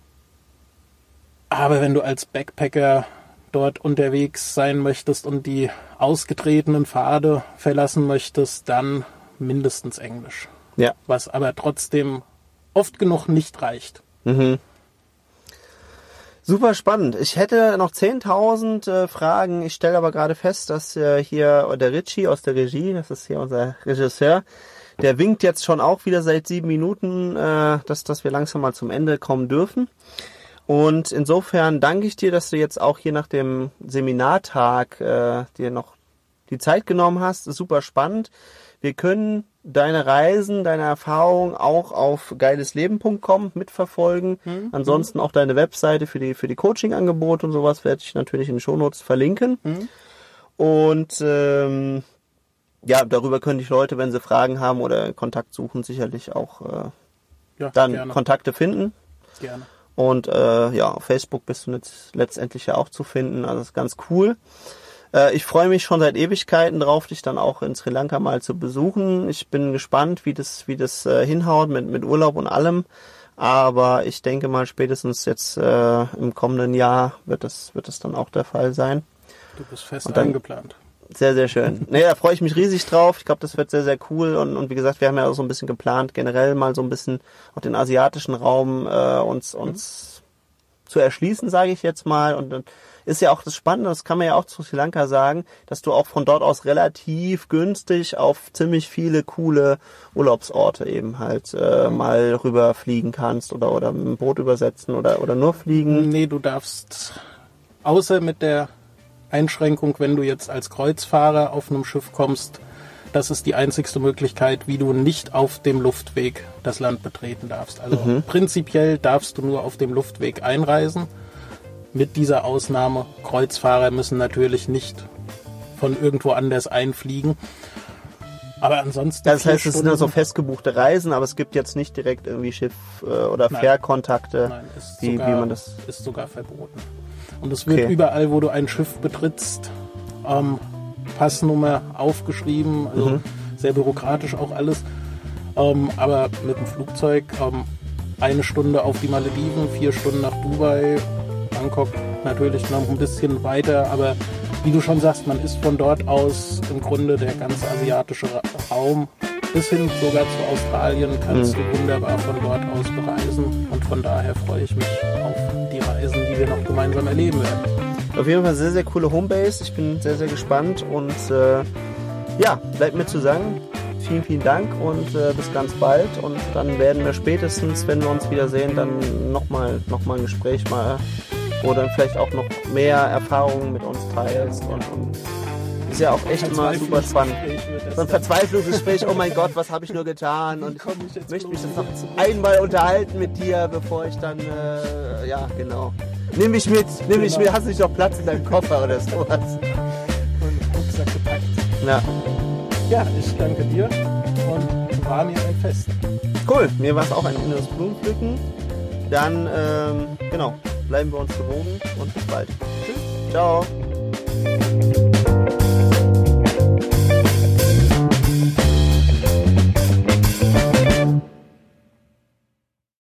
Aber wenn du als Backpacker dort unterwegs sein möchtest und die ausgetretenen Pfade verlassen möchtest, dann mindestens Englisch. Ja. Was aber trotzdem oft genug nicht reicht. Mhm. Super spannend. Ich hätte noch 10.000 Fragen. Ich stelle aber gerade fest, dass hier der Richie aus der Regie, das ist hier unser Regisseur, der winkt jetzt schon auch wieder seit 7 Minuten, dass wir langsam mal zum Ende kommen dürfen. Und insofern danke ich dir, dass du jetzt auch hier nach dem Seminartag dir noch die Zeit genommen hast. Das ist super spannend. Wir können deine Reisen, deine Erfahrungen auch auf geilesleben.com mitverfolgen. Ansonsten auch deine Webseite für die Coaching-Angebote und sowas werde ich natürlich in den Shownotes verlinken. Und ja, darüber können die Leute, wenn sie Fragen haben oder Kontakt suchen, sicherlich auch dann gerne Kontakte finden. Gerne. Und ja, auf Facebook bist du jetzt letztendlich ja auch zu finden. Also das ist ganz cool. Ich freue mich schon seit Ewigkeiten drauf, dich dann auch in Sri Lanka mal zu besuchen. Ich bin gespannt, wie das hinhaut mit Urlaub und allem. Aber ich denke mal, spätestens jetzt im kommenden Jahr wird das dann auch der Fall sein. Du bist fest eingeplant. Sehr, sehr schön. Nee, da freue ich mich riesig drauf. Ich glaube, das wird sehr, sehr cool. Und wie gesagt, wir haben ja auch so ein bisschen geplant, generell mal so ein bisschen auch den asiatischen Raum uns zu erschließen, sage ich jetzt mal. Und dann ist ja auch das Spannende, das kann man ja auch zu Sri Lanka sagen, dass du auch von dort aus relativ günstig auf ziemlich viele coole Urlaubsorte eben halt mal rüberfliegen kannst oder mit dem Boot übersetzen oder nur fliegen. Nee, du darfst, außer mit der Einschränkung, wenn du jetzt als Kreuzfahrer auf einem Schiff kommst, das ist die einzigste Möglichkeit, wie du nicht auf dem Luftweg das Land betreten darfst. Also prinzipiell darfst du nur auf dem Luftweg einreisen. Mit dieser Ausnahme, Kreuzfahrer müssen natürlich nicht von irgendwo anders einfliegen. Aber ansonsten... Das heißt, es sind also festgebuchte Reisen, aber es gibt jetzt nicht direkt irgendwie Schiff- oder Fährkontakte. Nein, wie man das ist sogar verboten. Und es wird überall, wo du ein Schiff betrittst, Passnummer aufgeschrieben, also sehr bürokratisch auch alles. Aber mit dem Flugzeug 1 Stunde auf die Malediven, 4 Stunden nach Dubai, Bangkok natürlich noch ein bisschen weiter, aber wie du schon sagst, man ist von dort aus im Grunde der ganze asiatische Raum bis hin sogar zu Australien kannst du wunderbar von dort aus bereisen und von daher freue ich mich auf die Reisen, die wir noch gemeinsam erleben werden. Auf jeden Fall sehr, sehr coole Homebase. Ich bin sehr, sehr gespannt und ja, bleibt mir zu sagen, vielen, vielen Dank und bis ganz bald und dann werden wir spätestens, wenn wir uns wiedersehen, dann nochmal ein Gespräch wo dann vielleicht auch noch mehr Erfahrungen mit uns teilst und ist ja auch echt immer super spannend. So ein Verzweiflungsgespräch, oh mein Gott, was habe ich nur getan und ich möchte mich jetzt noch einmal unterhalten mit dir, bevor ich dann, ja genau. Nimm mich mit, hast du nicht noch Platz in deinem Koffer oder sowas? Und Rucksack gepackt. Ja. Ja, ich danke dir und war mir ein Fest. Cool, mir war es auch ein inneres Blumenpflücken. Dann, genau, bleiben wir uns gewogen und bis bald. Tschüss. Ciao.